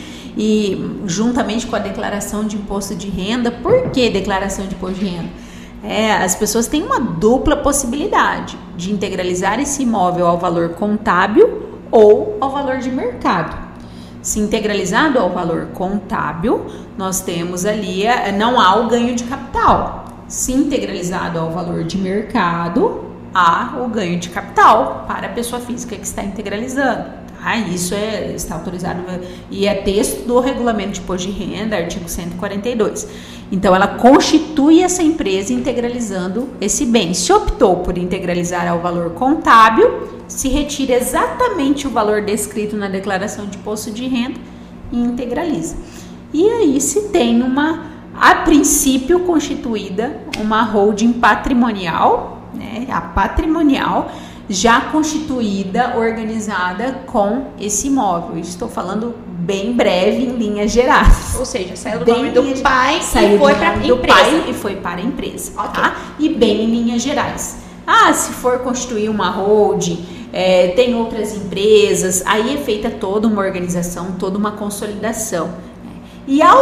e juntamente com a declaração de imposto de renda. Por que declaração de imposto de renda? As pessoas têm uma dupla possibilidade de integralizar esse imóvel ao valor contábil ou ao valor de mercado. Se integralizado ao valor contábil, nós temos ali, não há o ganho de capital. Se integralizado ao valor de mercado, há o ganho de capital para a pessoa física que está integralizando. Tá? Isso está autorizado e é texto do Regulamento de Imposto de Renda, artigo 142. Então, ela constitui essa empresa integralizando esse bem. Se optou por integralizar ao valor contábil, se retira exatamente o valor descrito na declaração de imposto de renda e integraliza. E aí se tem a princípio constituída uma holding patrimonial, né? A patrimonial já constituída, organizada com esse imóvel. Estou falando bem breve, em linhas gerais. Ou seja, saiu do nome do pai e foi para a empresa. E foi para a empresa, okay. Tá? E bem em linhas gerais. Se for constituir uma holding, tem outras empresas, aí é feita toda uma organização, toda uma consolidação. E ao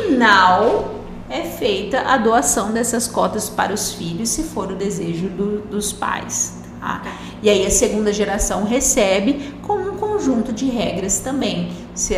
final é feita a doação dessas cotas para os filhos, se for o desejo dos pais. Tá? E aí a segunda geração recebe com um conjunto de regras também,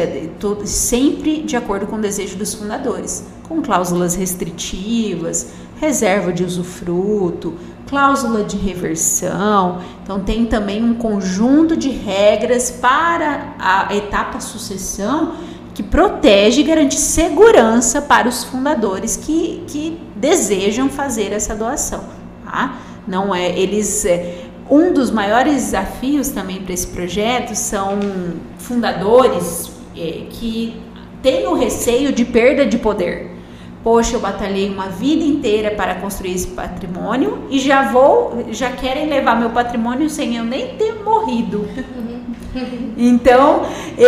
sempre de acordo com o desejo dos fundadores, com cláusulas restritivas, reserva de usufruto, cláusula de reversão. Então tem também um conjunto de regras para a etapa sucessão que protege e garante segurança para os fundadores que desejam fazer essa doação. Tá? Não é, um dos maiores desafios também para esse projeto são fundadores que têm o receio de perda de poder. Poxa, eu batalhei uma vida inteira para construir esse patrimônio e já querem levar meu patrimônio sem eu nem ter morrido. Então,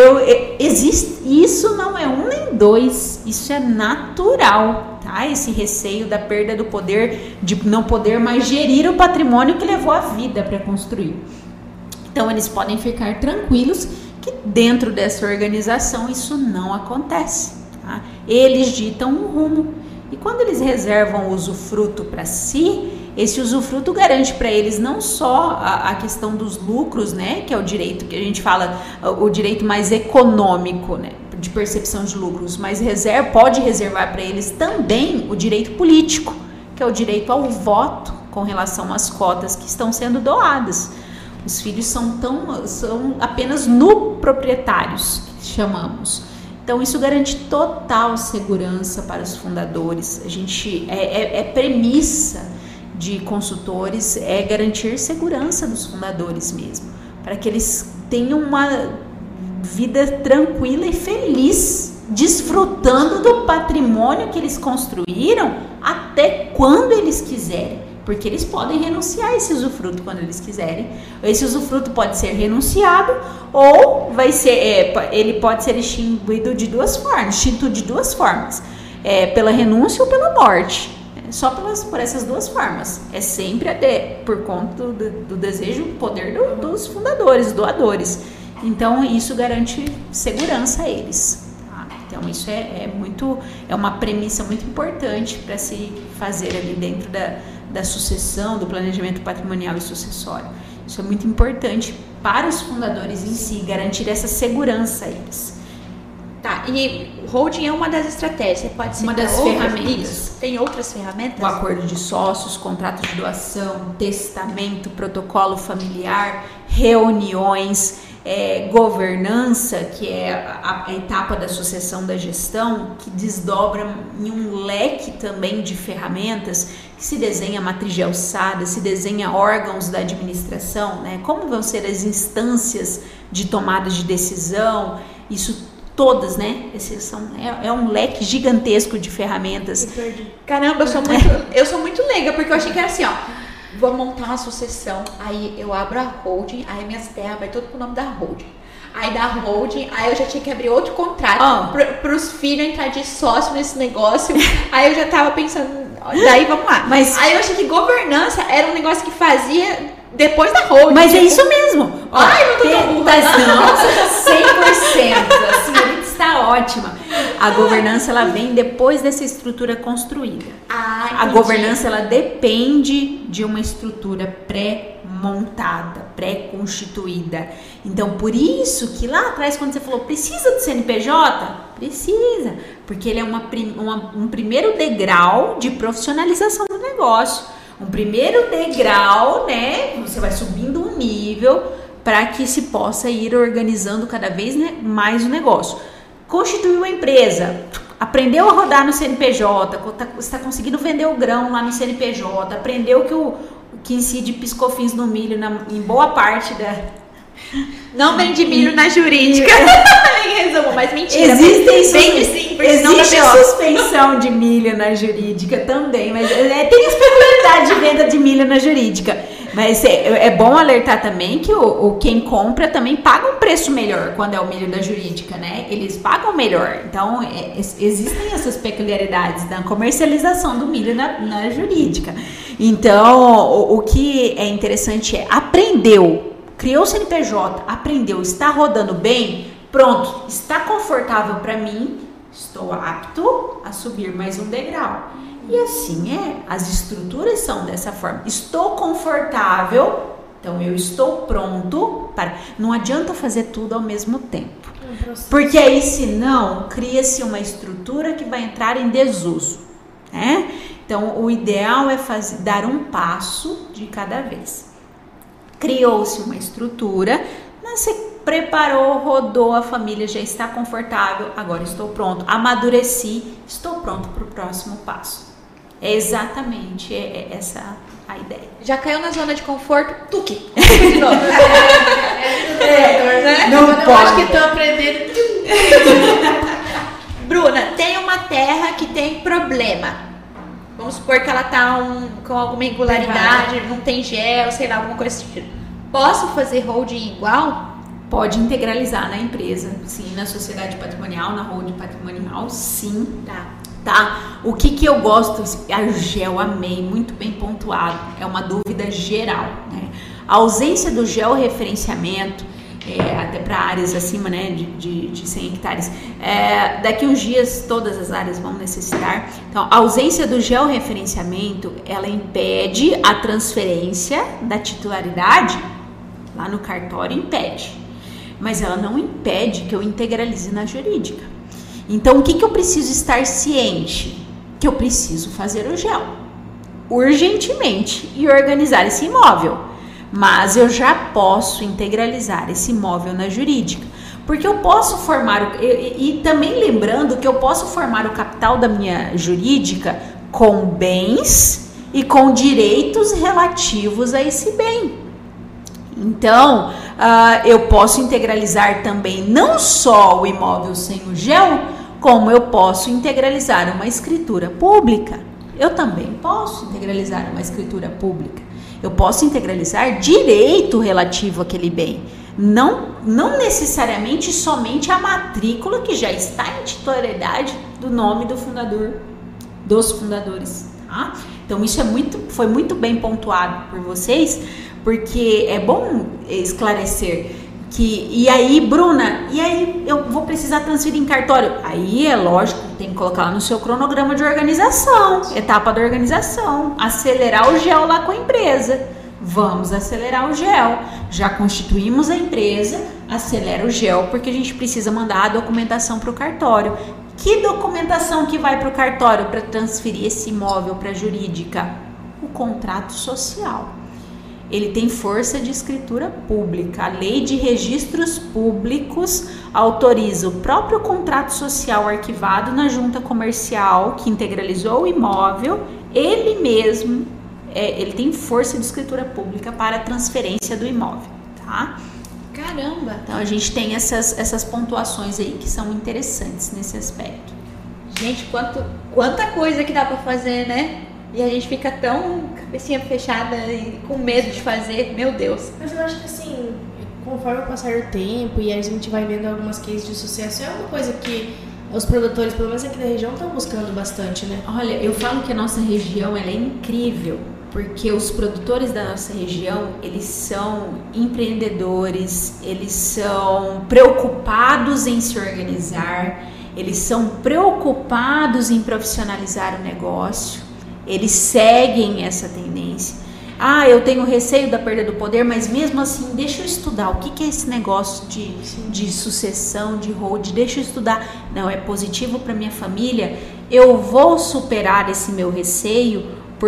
isso não é um nem dois, isso é natural, tá? Esse receio da perda do poder, de não poder mais gerir o patrimônio que levou a vida para construir. Então, eles podem ficar tranquilos que dentro dessa organização isso não acontece, tá? Eles ditam um rumo e quando eles reservam o usufruto para si, esse usufruto garante para eles não só a questão dos lucros, né, que é o direito que a gente fala, o direito mais econômico, né, de percepção de lucros, mas pode reservar para eles também o direito político, que é o direito ao voto com relação às cotas que estão sendo doadas. Os filhos são apenas proprietários, que chamamos. Então, isso garante total segurança para os fundadores. A gente premissa de consultores é garantir segurança dos fundadores mesmo, para que eles tenham uma vida tranquila e feliz, desfrutando do patrimônio que eles construíram até quando eles quiserem. porque eles podem renunciar a esse usufruto quando eles quiserem. Esse usufruto pode ser renunciado ou ele pode ser extinguido de duas formas, pela renúncia ou pela morte. Só por essas duas formas. É sempre por conta do desejo, poder dos fundadores, doadores. Então, isso garante segurança a eles. Tá? Então, isso é uma premissa muito importante para se fazer ali dentro da sucessão, do planejamento patrimonial e sucessório. Isso é muito importante para os fundadores em si, garantir essa segurança a eles. Tá, e holding é uma das estratégias, pode ser uma das ferramentas. Tem outras ferramentas? O acordo de sócios, contrato de doação, testamento, protocolo familiar, reuniões, governança, que é a etapa da sucessão da gestão, que desdobra em um leque também de ferramentas, que se desenha matriz de alçada, se desenha órgãos da administração, né? Como vão ser as instâncias de tomada de decisão, isso todas, né? É um leque gigantesco de ferramentas. Caramba, eu sou muito leiga, porque eu achei que era assim, ó. Vou montar uma sucessão, aí eu abro a holding, aí minhas terras vai tudo pro nome da holding. Aí da holding, aí eu já tinha que abrir outro contrato pros filhos entrar de sócio nesse negócio. Aí eu já tava pensando, daí vamos lá. Aí eu achei que governança era um negócio que fazia depois da holding. Mas é isso mesmo. Ai, não tô tão burra. Não, 100%. A senhorita está ótima. A governança, ela vem depois dessa estrutura construída. A governança, ela depende de uma estrutura pré-montada, pré-constituída. Então, por isso que lá atrás, quando você falou, precisa do CNPJ? Precisa, porque ele é um primeiro degrau de profissionalização do negócio. Um primeiro degrau, né? Você vai subindo um nível para que se possa ir organizando cada vez, né, mais o negócio. Constituiu a empresa, aprendeu a rodar no CNPJ, está conseguindo vender o grão lá no CNPJ, aprendeu que incide piscofins no milho em boa parte da... Não vende milho na jurídica. Em resumo, mas mentira. Existe suspensão de milho na jurídica também, mas tem especialidade de venda de milho na jurídica. Mas é bom alertar também que quem compra também paga um preço melhor quando é o milho da jurídica, né? Eles pagam melhor. Então, existem essas peculiaridades da comercialização do milho na jurídica. Então, o que é interessante criou o CNPJ, aprendeu, está rodando bem, pronto, está confortável para mim, estou apto a subir mais um degrau. E assim as estruturas são dessa forma. Estou confortável, então eu estou pronto para... Não adianta fazer tudo ao mesmo tempo, porque aí senão cria-se uma estrutura que vai entrar em desuso, né? Então o ideal é dar um passo de cada vez. Criou-se uma estrutura, você preparou, rodou, a família já está confortável, agora estou pronto, amadureci, estou pronto para o próximo passo. É exatamente essa a ideia. Já caiu na zona de conforto? Tuque! De novo. Não pode. Eu acho que estou aprendendo. Bruna, tem uma terra que tem problema. Vamos supor que ela está com alguma irregularidade, não tem gel, sei lá, alguma coisa assim. Posso fazer holding igual? Pode integralizar na empresa, sim, na sociedade patrimonial, na holding patrimonial, sim. Tá? O que eu gosto, a gel, amei, muito bem pontuado, é uma dúvida geral, né? A ausência do georreferenciamento, até para áreas acima, né, de 100 hectares, daqui uns dias todas as áreas vão necessitar. Então, a ausência do georreferenciamento, ela impede a transferência da titularidade lá no cartório, impede, mas ela não impede que eu integralize na jurídica. Então, o que eu preciso estar ciente? Que eu preciso fazer o GEL urgentemente e organizar esse imóvel. Mas eu já posso integralizar esse imóvel na jurídica. Porque eu posso formar, e também lembrando que eu posso formar o capital da minha jurídica com bens e com direitos relativos a esse bem. Então, eu posso integralizar também não só o imóvel sem o GEL, como eu posso integralizar uma escritura pública. eu também posso integralizar uma escritura pública. Eu posso integralizar direito relativo àquele bem. Não necessariamente somente a matrícula que já está em titularidade do nome do fundador, dos fundadores. Tá? Então isso foi muito bem pontuado por vocês, porque é bom esclarecer que, e aí, Bruna, e aí eu vou precisar transferir em cartório? Aí é lógico, tem que colocar lá no seu cronograma de organização, etapa da organização, acelerar o GEL lá com a empresa. Vamos acelerar o GEL. Já constituímos a empresa, acelera o GEL, porque a gente precisa mandar a documentação para o cartório. Que documentação que vai para o cartório para transferir esse imóvel para a jurídica? O contrato social. Ele tem força de escritura pública. A lei de registros públicos autoriza o próprio contrato social arquivado na junta comercial que integralizou o imóvel, ele mesmo, ele tem força de escritura pública para a transferência do imóvel, tá? Caramba! Então a gente tem essas pontuações aí que são interessantes nesse aspecto. Gente, quanta coisa que dá pra fazer, né? E a gente fica tão cabecinha fechada e com medo de fazer, meu Deus. Mas eu acho que assim, conforme o passar do tempo e a gente vai vendo algumas cases de sucesso, é uma coisa que os produtores, pelo menos aqui da região, estão buscando bastante, né? Olha, eu falo que a nossa região ela é incrível, porque os produtores da nossa região, eles são empreendedores, eles são preocupados em se organizar, eles são preocupados em profissionalizar o negócio. Eles seguem essa tendência. Ah, eu tenho receio da perda do poder, mas mesmo assim, deixa eu estudar. O que é esse negócio de sucessão, de hold? Deixa eu estudar. Não, é positivo para minha família. Eu vou superar esse meu receio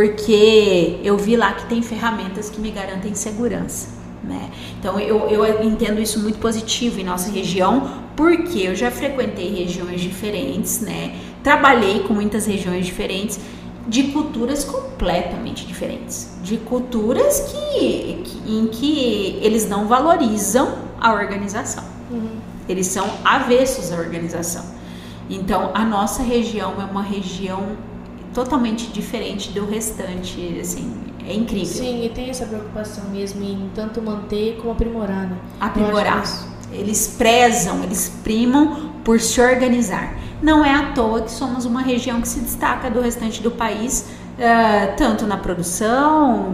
porque eu vi lá que tem ferramentas que me garantem segurança, né? Então, eu entendo isso muito positivo em nossa região, porque eu já frequentei regiões diferentes, né? Trabalhei com muitas regiões diferentes, de culturas completamente diferentes, de culturas em que eles não valorizam a organização, eles são avessos à organização. Então a nossa região é uma região totalmente diferente do restante, assim, é incrível. Sim, e tem essa preocupação mesmo em tanto manter como aprimorar, né? Aprimorar. Eles prezam, eles primam por se organizar. Não é à toa que somos uma região que se destaca do restante do país, tanto na produção,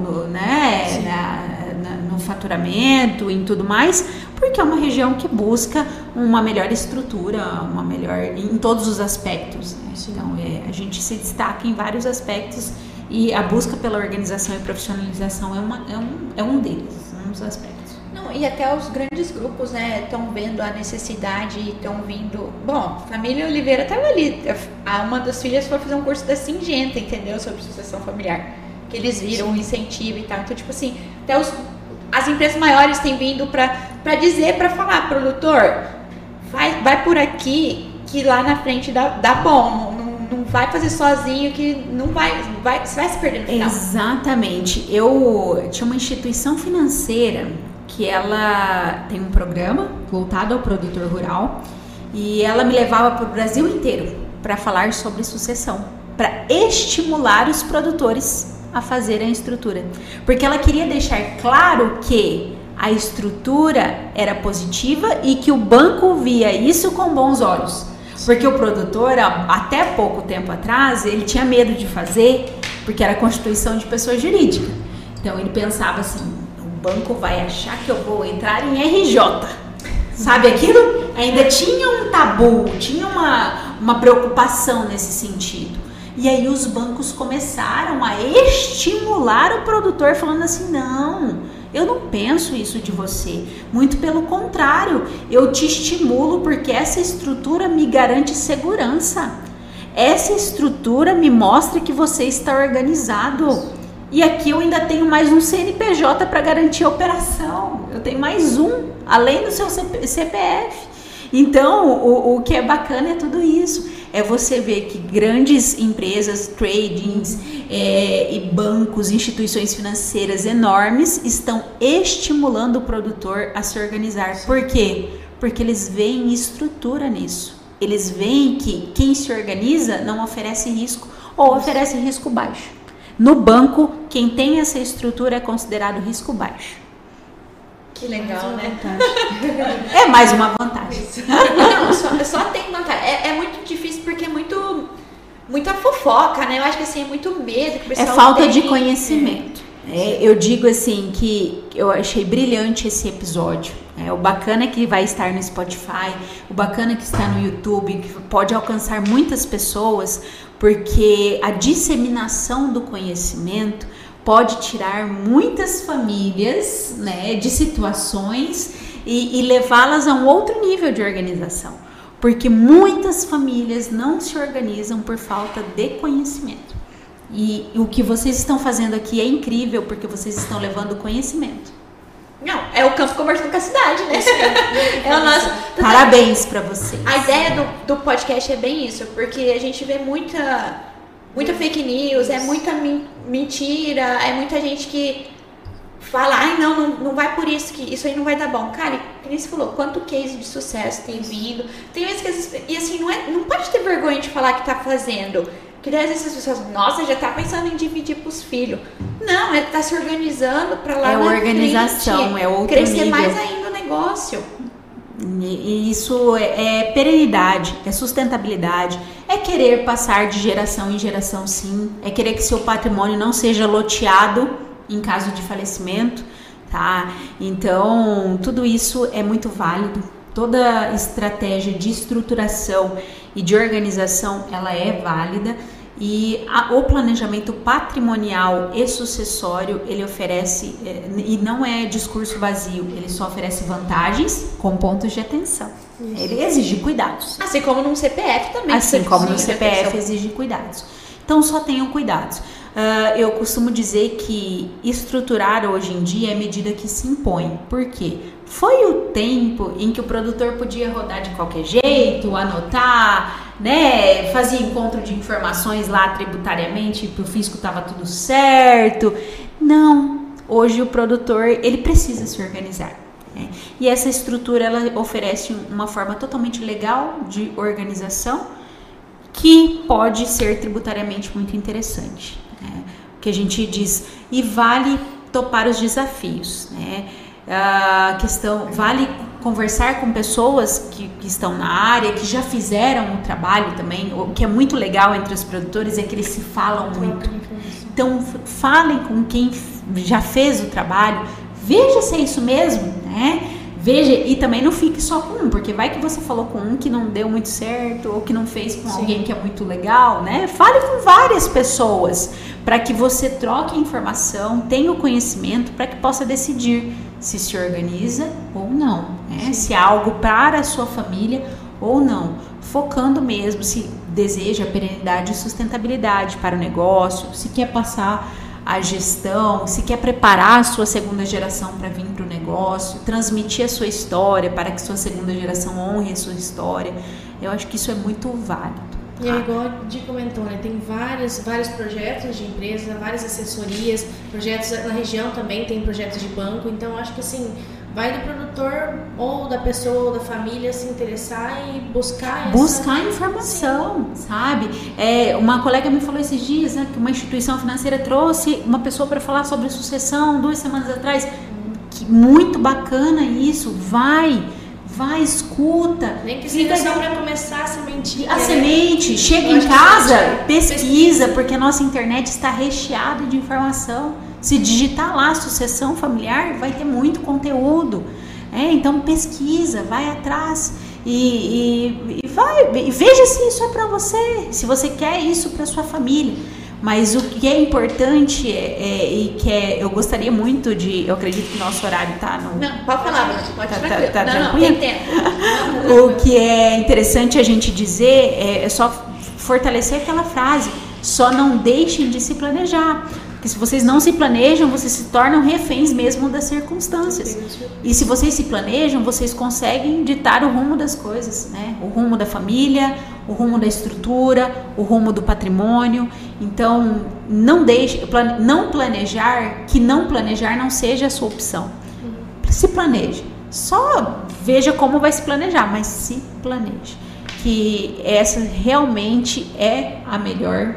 no faturamento, em tudo mais, porque é uma região que busca uma melhor estrutura, uma melhor em todos os aspectos, né? Então a gente se destaca em vários aspectos e a busca pela organização e profissionalização é um deles, um dos aspectos. Não, e até os grandes grupos, né, estão vendo a necessidade e estão vindo... Bom, família Oliveira estava ali. Uma das filhas foi fazer um curso da Singenta, entendeu? Sobre sucessão familiar. Que eles viram um incentivo e tal. Então, tipo assim, até as empresas maiores têm vindo para dizer, para falar, produtor, vai por aqui que lá na frente dá bom. Não vai fazer sozinho que você vai se perder no final. Exatamente. Eu tinha uma instituição financeira que ela tem um programa voltado ao produtor rural e ela me levava para o Brasil inteiro para falar sobre sucessão, para estimular os produtores a fazerem a estrutura, porque ela queria deixar claro que a estrutura era positiva e que o banco via isso com bons olhos, porque o produtor, até pouco tempo atrás, ele tinha medo de fazer, porque era constituição de pessoa jurídica, então ele pensava assim, o banco vai achar que eu vou entrar em RJ, sabe aquilo? Ainda tinha um tabu, tinha uma preocupação nesse sentido. E aí os bancos começaram a estimular o produtor, falando assim, não, eu não penso isso de você, muito pelo contrário, eu te estimulo porque essa estrutura me garante segurança, essa estrutura me mostra que você está organizado. E aqui eu ainda tenho mais um CNPJ para garantir a operação. Eu tenho mais um, além do seu CPF. Então, o que é bacana é tudo isso. É você ver que grandes empresas, tradings e bancos, instituições financeiras enormes estão estimulando o produtor a se organizar. Por quê? Porque eles veem estrutura nisso. Eles veem que quem se organiza não oferece risco. ou oferece risco baixo. No banco, quem tem essa estrutura é considerado risco baixo. Que legal, né? É mais uma vantagem. Não, só tem vantagem. É muito difícil porque é muita fofoca, né? Eu acho que assim, é muito medo que o pessoal falta de conhecimento. Eu digo assim que eu achei brilhante esse episódio. O bacana é que vai estar no Spotify, o bacana é que está no YouTube, que pode alcançar muitas pessoas, porque a disseminação do conhecimento pode tirar muitas famílias, né, de situações e levá-las a um outro nível de organização. Porque muitas famílias não se organizam por falta de conhecimento. E o que vocês estão fazendo aqui é incrível, porque vocês estão levando conhecimento. Não, é o campo conversando com a cidade, né? É o nosso... Parabéns para vocês. A ideia do podcast é bem isso, porque a gente vê muita fake news, é muita mentira, é muita gente que fala, ai não vai por isso, que isso aí não vai dar bom. Cara, como você falou, quanto case de sucesso tem vindo, tem vezes que e assim, não pode ter vergonha de falar que tá fazendo, porque às vezes as pessoas, nossa, já tá pensando em dividir pros filhos. Não, tá se organizando pra lá na organização, frente, é outro crescer nível. mais ainda o negócio. E isso é perenidade, é sustentabilidade, é querer passar de geração em geração, sim, é querer que seu patrimônio não seja loteado em caso de falecimento, tá? Então, tudo isso é muito válido. Toda estratégia de estruturação e de organização, ela é válida. E o planejamento patrimonial e sucessório, ele oferece, e não é discurso vazio, ele só oferece vantagens com pontos de atenção. Ele exige cuidados. Assim como num CPF também. Assim como no CPF exige cuidados. Então, só tenham cuidados. Eu costumo dizer que estruturar hoje em dia é medida que se impõe. Por quê? Foi o tempo em que o produtor podia rodar de qualquer jeito, anotar, né? Fazia encontro de informações lá tributariamente, para o fisco estava tudo certo. Não, hoje o produtor ele precisa se organizar. Né? E essa estrutura ela oferece uma forma totalmente legal de organização que pode ser tributariamente muito interessante. Né? Que a gente diz, e vale topar os desafios, né? A questão, vale conversar com pessoas que estão na área, que já fizeram o trabalho também. O que é muito legal entre os produtores é que eles se falam muito. Então, falem com quem já fez o trabalho, veja se é isso mesmo, né? Veja, e também não fique só com um, porque vai que você falou com um que não deu muito certo, ou que não fez com alguém que é muito legal, né? Fale com várias pessoas, para que você troque a informação, tenha o conhecimento, para que possa decidir se organiza ou não, né? Se é algo para a sua família ou não, focando mesmo se deseja perenidade e sustentabilidade para o negócio, se quer passar a gestão, se quer preparar a sua segunda geração para vir para o negócio, transmitir a sua história para que sua segunda geração honre a sua história. Eu acho que isso é muito válido. E é igual a Di comentou, né? Tem vários projetos de empresa, várias assessorias, projetos na região também, tem projetos de banco. Então, eu acho que assim, vai do produtor ou da pessoa ou da família se interessar e buscar informação, sabe? Uma colega me falou esses dias, né, que uma instituição financeira trouxe uma pessoa para falar sobre sucessão 2 semanas atrás. Que muito bacana isso, vai, escuta. Nem que seja só para começar a sementinha. A semente, chega em casa, pesquisa, porque a nossa internet está recheada de informação. Se digitar lá sucessão familiar, vai ter muito conteúdo. Então pesquisa, vai atrás e veja se isso é para você, se você quer isso para sua família. Mas o que é importante eu gostaria muito de... Eu acredito que o nosso horário está no... Não, pode falar, pode tranquilo. Tá não, tranquilo? Tem tempo. O que é interessante a gente dizer é só fortalecer aquela frase. Só não deixem de se planejar. Porque se vocês não se planejam, vocês se tornam reféns mesmo das circunstâncias. E se vocês se planejam, vocês conseguem ditar o rumo das coisas, né? O rumo da família, o rumo da estrutura, o rumo do patrimônio. Então, não planejar, que não planejar não seja a sua opção. Se planeje. Só veja como vai se planejar, mas se planeje. Que essa realmente é a melhor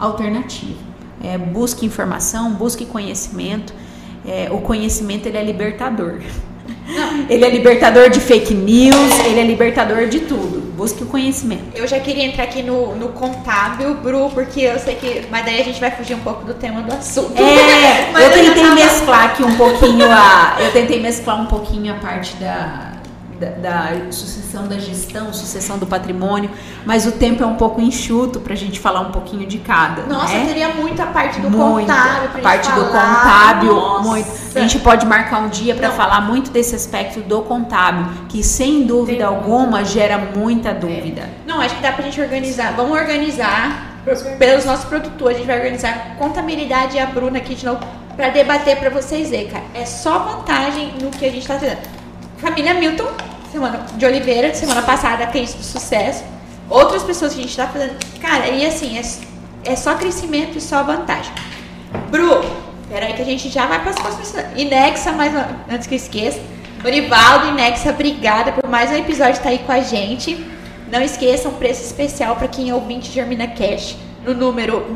alternativo. Busque informação, busque conhecimento. O conhecimento, ele é libertador. Ele é libertador de fake news, ele é libertador de tudo. Busque o conhecimento. Eu já queria entrar aqui no contábil, Bru, porque eu sei que... Mas daí a gente vai fugir um pouco do tema do assunto. Eu tentei mesclar aqui um pouquinho Eu tentei mesclar um pouquinho a parte da sucessão da gestão, sucessão do patrimônio, mas o tempo é um pouco enxuto pra gente falar um pouquinho de cada. Nossa, né? teria muita parte do contábil pra parte gente do falar. contábil, Nossa. muito. A gente pode marcar um dia para falar muito desse aspecto do contábil, que sem dúvida alguma gera muita dúvida. Não, acho que dá pra gente organizar. Vamos organizar pelos nossos produtores. A gente vai organizar contabilidade e a Bruna aqui de novo pra debater pra vocês verem, cara. É só vantagem no que a gente tá fazendo. Família Milton, de Oliveira, semana passada, case do sucesso. Outras pessoas que a gente tá fazendo. Cara, e assim, é só crescimento e só vantagem. Bru, peraí que a gente já vai para as próximas. Inexa, antes que eu esqueça. Orivaldo, Inexa, obrigada por mais um episódio estar aí com a gente. Não esqueçam, preço especial para quem é ouvinte de Germina Cash, no número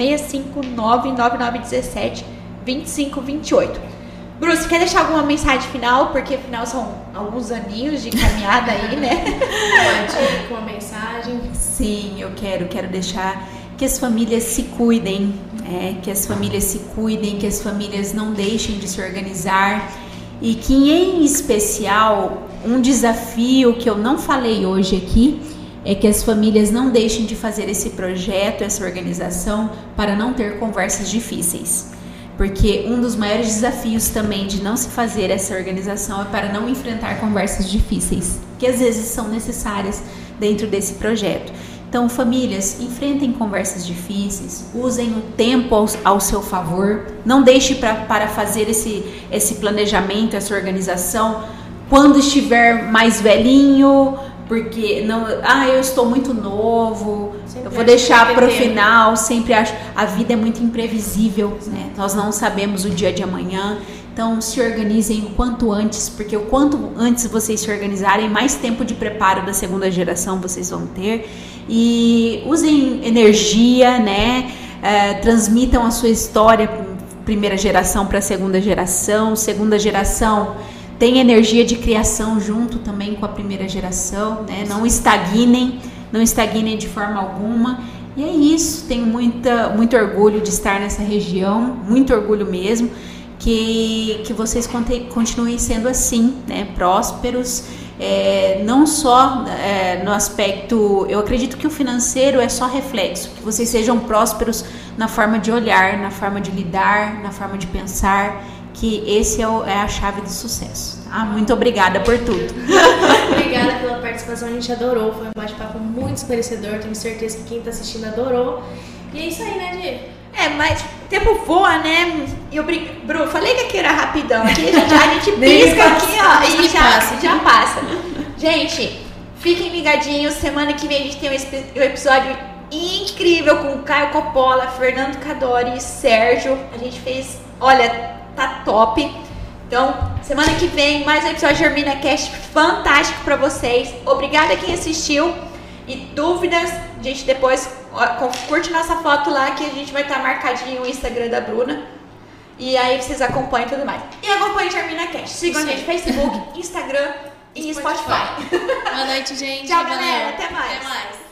65999172528. Bruce, quer deixar alguma mensagem final? Porque afinal são alguns aninhos de caminhada aí, né? Pode com uma mensagem. Sim, eu quero deixar que as famílias se cuidem, que as famílias se cuidem, que as famílias não deixem de se organizar e que, em especial, um desafio que eu não falei hoje aqui é que as famílias não deixem de fazer esse projeto, essa organização, para não ter conversas difíceis. Porque um dos maiores desafios também de não se fazer essa organização é para não enfrentar conversas difíceis, que às vezes são necessárias dentro desse projeto. Então, famílias, enfrentem conversas difíceis, usem o tempo ao seu favor, não deixe para fazer esse planejamento, essa organização, quando estiver mais velhinho, porque eu estou muito novo, eu vou deixar para o final, sempre acho, a vida é muito imprevisível, né? Nós não sabemos o dia de amanhã, então se organizem o quanto antes, porque o quanto antes vocês se organizarem, mais tempo de preparo da segunda geração vocês vão ter, e usem energia, né? Transmitam a sua história, primeira geração para segunda geração tem energia de criação junto também com a primeira geração, né? Não estagnem de forma alguma. E é isso, tenho muito orgulho de estar nessa região, muito orgulho mesmo, que vocês continuem sendo assim, né? Prósperos, não só no aspecto, eu acredito que o financeiro é só reflexo, que vocês sejam prósperos na forma de olhar, na forma de lidar, na forma de pensar, que esse é a chave do sucesso. Muito obrigada por tudo. Obrigada pela participação, a gente adorou, foi um bate-papo muito esclarecedor, tenho certeza que quem está assistindo adorou. E é isso aí, né, Di? Mas o tempo voa, né? Bru, falei que aqui era rapidão, aqui a gente pisca aqui, ó, e já passa. Gente, fiquem ligadinhos, semana que vem a gente tem um episódio incrível com o Caio Coppola, Fernando Cadori e Sérgio. A gente fez, olha, tá top. Então, semana que vem, mais um episódio de Germina Cast fantástico pra vocês. Obrigada a quem assistiu. E dúvidas, a gente depois curte nossa foto lá, que a gente vai estar marcadinho o Instagram da Bruna. E aí vocês acompanham e tudo mais. E acompanhem Germina Cast. Sigam a gente no Facebook, Instagram e Spotify. Boa noite, gente. Tchau, galera. Até mais.